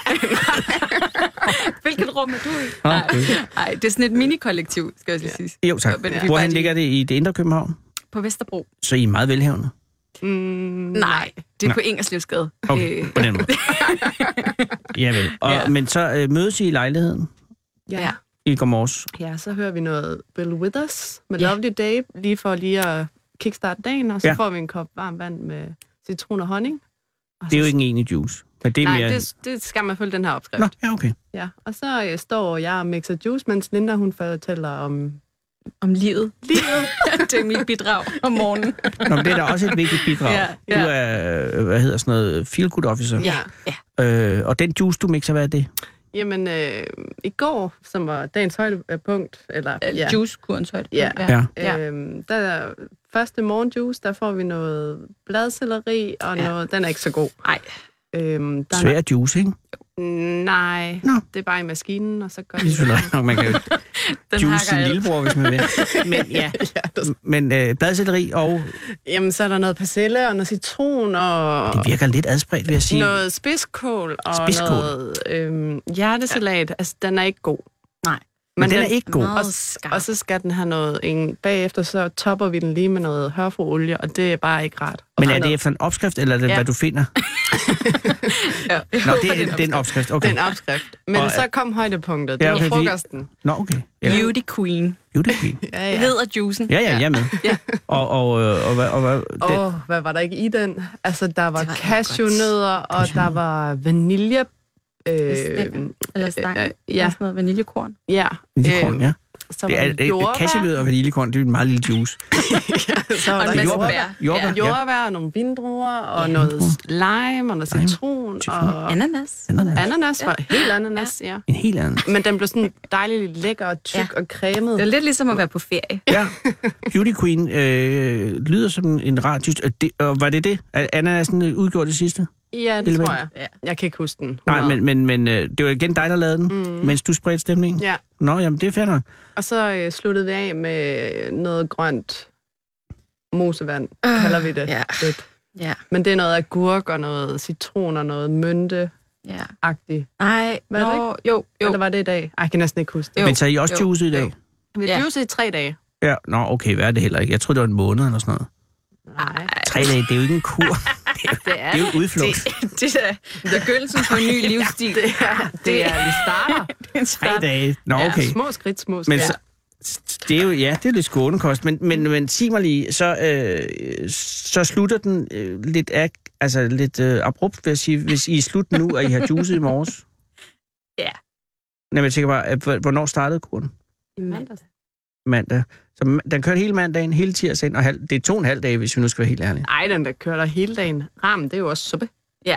Hvilket rum er du i? Nå, Nej, okay. Nej, det er sådan et mini-kollektiv, skal jeg lige sige. Jo, tak. Men vi Hvorhen bare ligger det i det indre København? På Vesterbro. Så I er meget velhavende. Mm, Nej, det er Nej. på Ingerslevsgade. Okay, på den måde. Javel. Og, Ja. Men så øh, mødes I i lejligheden ja. i går morges. Ja, så hører vi noget Bill Withers med Ja. Lovely Day, lige for lige at kickstarte dagen, og så Ja. får vi en kop varmt vand med citron og honning. Og Det er jo så- ikke en enig juice. Men det er Nej, mere... det, det skal man følge den her opskrift. Nå, ja, okay. Ja. Og så øh, står jeg og mixer juice, mens Linda hun fortæller om Om livet. Livet. Det er mit bidrag om morgenen. Nå, men det er da også et vigtigt bidrag. Ja, ja. Du er, hvad hedder sådan noget, feel good officer. Ja. Ja. Øh, og den juice, du mixer, hvad er det? Jamen, øh, i går, som var dagens højdepunkt, eller ja, Juicekurens højde. Ja. Ja. Ja. Øhm, der første morgenjuice, der får vi noget bladselleri, og Ja. noget, den er ikke så god. Nej. Øhm, der Svær juice, ikke? er, nej, Nå. det er bare i maskinen, og så gør Det er selvfølgelig nok, man kan jo Den juice sin hakker alt. lillebror, hvis man vil. Men ja, men øh, bladselleri og... Jamen, så er der noget persille og noget citron, og Det virker lidt adspredt, vil jeg sige. noget spidskål, og Spidskål. noget øhm, hjertesalat. Ja. Altså, den er ikke god. Nej. Men den er ikke god. Meget Og, skarp. og så skal den have noget, en, bagefter så topper vi den lige med noget hørfruolie, og det er bare ikke rart. Men Og er noget- det efter en opskrift, eller er det, Ja. hvad du finder? Ja. Nå, det er, det er en opskrift. Okay. Den opskrift. Men Og- så kom højdepunktet. Det Ja, var okay, fordi- frokosten. Nå, okay. Ja. Beauty Queen. Beauty queen. Ja, Det ja. hedder juicen. Ja, ja, jeg er med. Ja. Og, og, øh, og, hvad- og, hvad- Åh, den, oh, hvad var der ikke i den? Altså, der var, Det var cashewnødder, og der var vanilje. Øh, Stænger. Eller stang. øh, Ja. ja, Sådan noget vaniljekorn. ja. vaniljekorn, ja. Så Det var er, der det er jordbær. cashewnød og vaniljekorn, det er en meget lille juice. Så var Og der en masse jordbær. bær. Jordbær, Ja. ja. Jordbær og nogle vindruer, og noget lime, og noget Lime. citron, Citron. og Ananas. Ananas. ananas. Var helt ananas, ja. En helt anden. Men den blev sådan dejligt lækker og tyk Ja. og cremet. Det er lidt ligesom at være på ferie. Ja, Beauty Queen øh, lyder som en rar juice. Og, det, og var det det? Er ananasen udgjort det sidste? Ja, det Element. tror jeg. Ja. Jeg kan ikke huske den. Nej, hundrede. men, men, men øh, det var igen dig, der lavede den, Mm. mens du spredte stemningen? Ja, Nå, jamen det er fair nok. og så øh, sluttede vi af med noget grønt mosevand, Øh, kalder vi det. ja. Lidt. Ja. Men det er noget agurk og noget citron og noget mynte-agtigt. Ja. Nej, Var det nå, jo, jo. Eller var det i dag? Ej, jeg kan næsten ikke huske det. Jo. Men så er I også jo, juice i dag? jo. Vi Ja. har juicet i tre dage. Ja, nå, okay, hvad er det heller ikke? Jeg troede, det var en måned eller sådan noget. Nej. Tre dage, det er jo ikke en kur. Det er, Det er, det er jo en udflugt. Det, det er begyndelsen på en ny livsstil. det er, det er, vi starter. Det er en Tre start. dage. Nå, okay. Ja, små skridt, små Men skridt. så, det er jo, ja, det er lidt skånekost, men, men, men sig mig lige, så, øh, så slutter den øh, lidt, af, altså lidt øh, abrupt, vil jeg sige, hvis I er slut nu, og I har juicet i morges. Ja. Nej, jeg tænker bare, at, hvornår startede kuren? I mandags. Mandag. Så ma- den kørte hele mandagen, hele tirsdagen, og halv, det er to og en halv dag, hvis vi nu skal være helt ærlige. Ej, den der kører der hele dagen. Ramen, det er jo også suppe. Ja.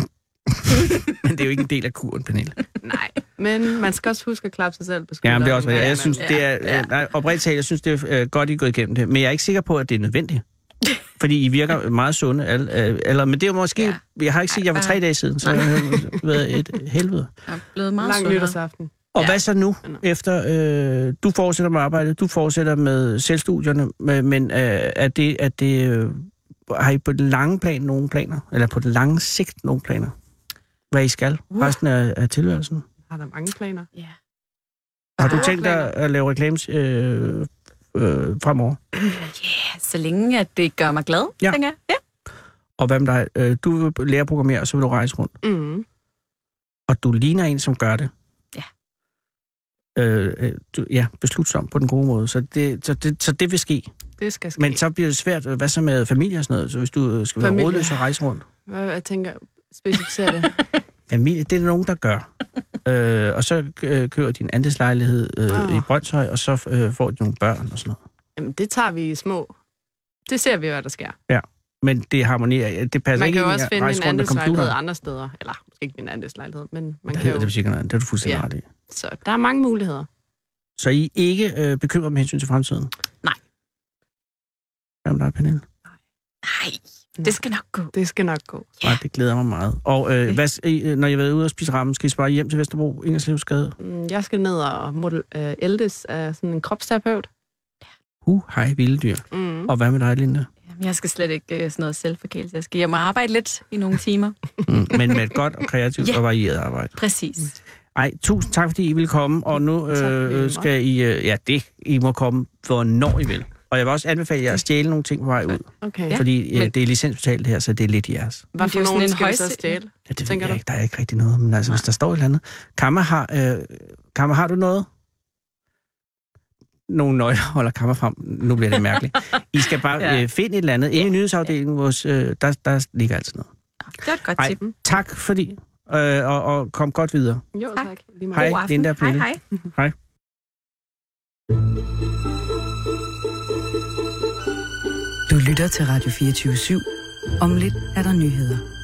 Men det er jo ikke en del af kuren, Pernille. Nej, men man skal også huske at klappe sig selv på skulderen. Ja, men det er også, jeg, jeg synes, Ja, det er, ja. øh, nej, oprigtigt talt, jeg synes, det er øh, godt, I er gået igennem det, men jeg er ikke sikker på, at det er nødvendigt. Fordi I virker meget sunde. Alle, øh, eller, men det er jo måske... Ja. Jeg har ikke set jer for tre dage siden, så jeg har været et helvede. Jeg er blevet meget Lang sundere. nytårsaften. Og Ja. hvad så nu, efter øh, du fortsætter med arbejdet, du fortsætter med selvstudierne, men, men øh, er det, er det, øh, har I på det lange plan nogle planer? Eller på det lange sigt nogle planer? Hvad I skal Uh. resten af, af tilværelsen? Har der mange planer? Ja. Har du Store tænkt dig planer. at lave reklames øh, øh, fremover? Ja, så længe at det gør mig glad, Ja. tænker jeg. Ja. Og hvad med dig? Øh, du vil lære at programmere, og så vil du rejse rundt. Mm. Og du ligner en, som gør det. Ja. Øh, øh, du, ja, beslutsom på den gode måde. Så det, så det, så det vil ske. Det skal ske. Men så bliver det svært. Hvad så med familie og sådan noget? Så hvis du øh, skal være Familie. rådløs og rejse rundt? Hvad, jeg tænker, specificere det. Familie, det er der nogen, der gør. øh, og så øh, kører din andelslejlighed øh, Åh. i Brøndshøj, og så øh, får de nogle børn og sådan noget. Jamen, det tager vi i små. Det ser vi, hvad der sker. Men det harmonerer. Det passer Man ikke kan jo ind i også at finde rejse en rundt med andelslejlighed computeren. andre steder. Eller måske ikke en andelslejlighed, men man Det kan hedder jo... det sikkert noget. Det er du fuldstændig Ja. ret i. Så der er mange muligheder. Så I er ikke øh, bekymret med hensyn til fremtiden? Nej. Hvad med dig, Pernille? Nej, det skal nok gå. Det skal nok gå. Ja. Nej, det glæder mig meget. Og øh, hvad, øh, når I har været ude og spise ramen, skal I spare hjem til Vesterbro, Ingerslevsgade? Mm, Jeg skal ned og model, øh, ældes af sådan en kropsterapeut. Uh, hej, vilde dyr. Mm. Og hvad med dig, Linda? Jamen, jeg skal slet ikke øh, sådan noget selvforkælelse. Jeg skal hjem og arbejde lidt i nogle timer. Mm, men med et godt og kreativt Ja. og varieret arbejde. Præcis. Ej, tusind tak, fordi I ville komme. Og nu Tak, fordi I øh, måtte. skal I... Øh, ja, det I må komme, hvornår I vil. Og jeg vil også anbefale jer at stjæle nogle ting på vej ud. Okay. Ja. Fordi øh, men- det er licensbetalt her, så det er lidt jeres. Hvad Men det er jo for sådan nogen en skal vi så højse- stjæle? Ja, det ved Tænker jeg du? ikke. Der er ikke rigtig noget. Men altså, hvis der står et eller andet... Kammer har... Øh, Kammer, har du noget? Nogle nøgler holder Kammer frem. Nu bliver det mærkeligt. I skal bare Ja. øh, finde et eller andet. Inde i nyhedsafdelingen, hos, øh, der, der ligger altid noget. Det var et godt Ej, tip. tak fordi... Øh, og, og kom godt videre. Jo, Tak. tak. Lige meget. Hej, God aften. Linda og Pernille. Hej, hej. Hej. Du lytter til Radio fireogtyve syv. Om lidt er der nyheder.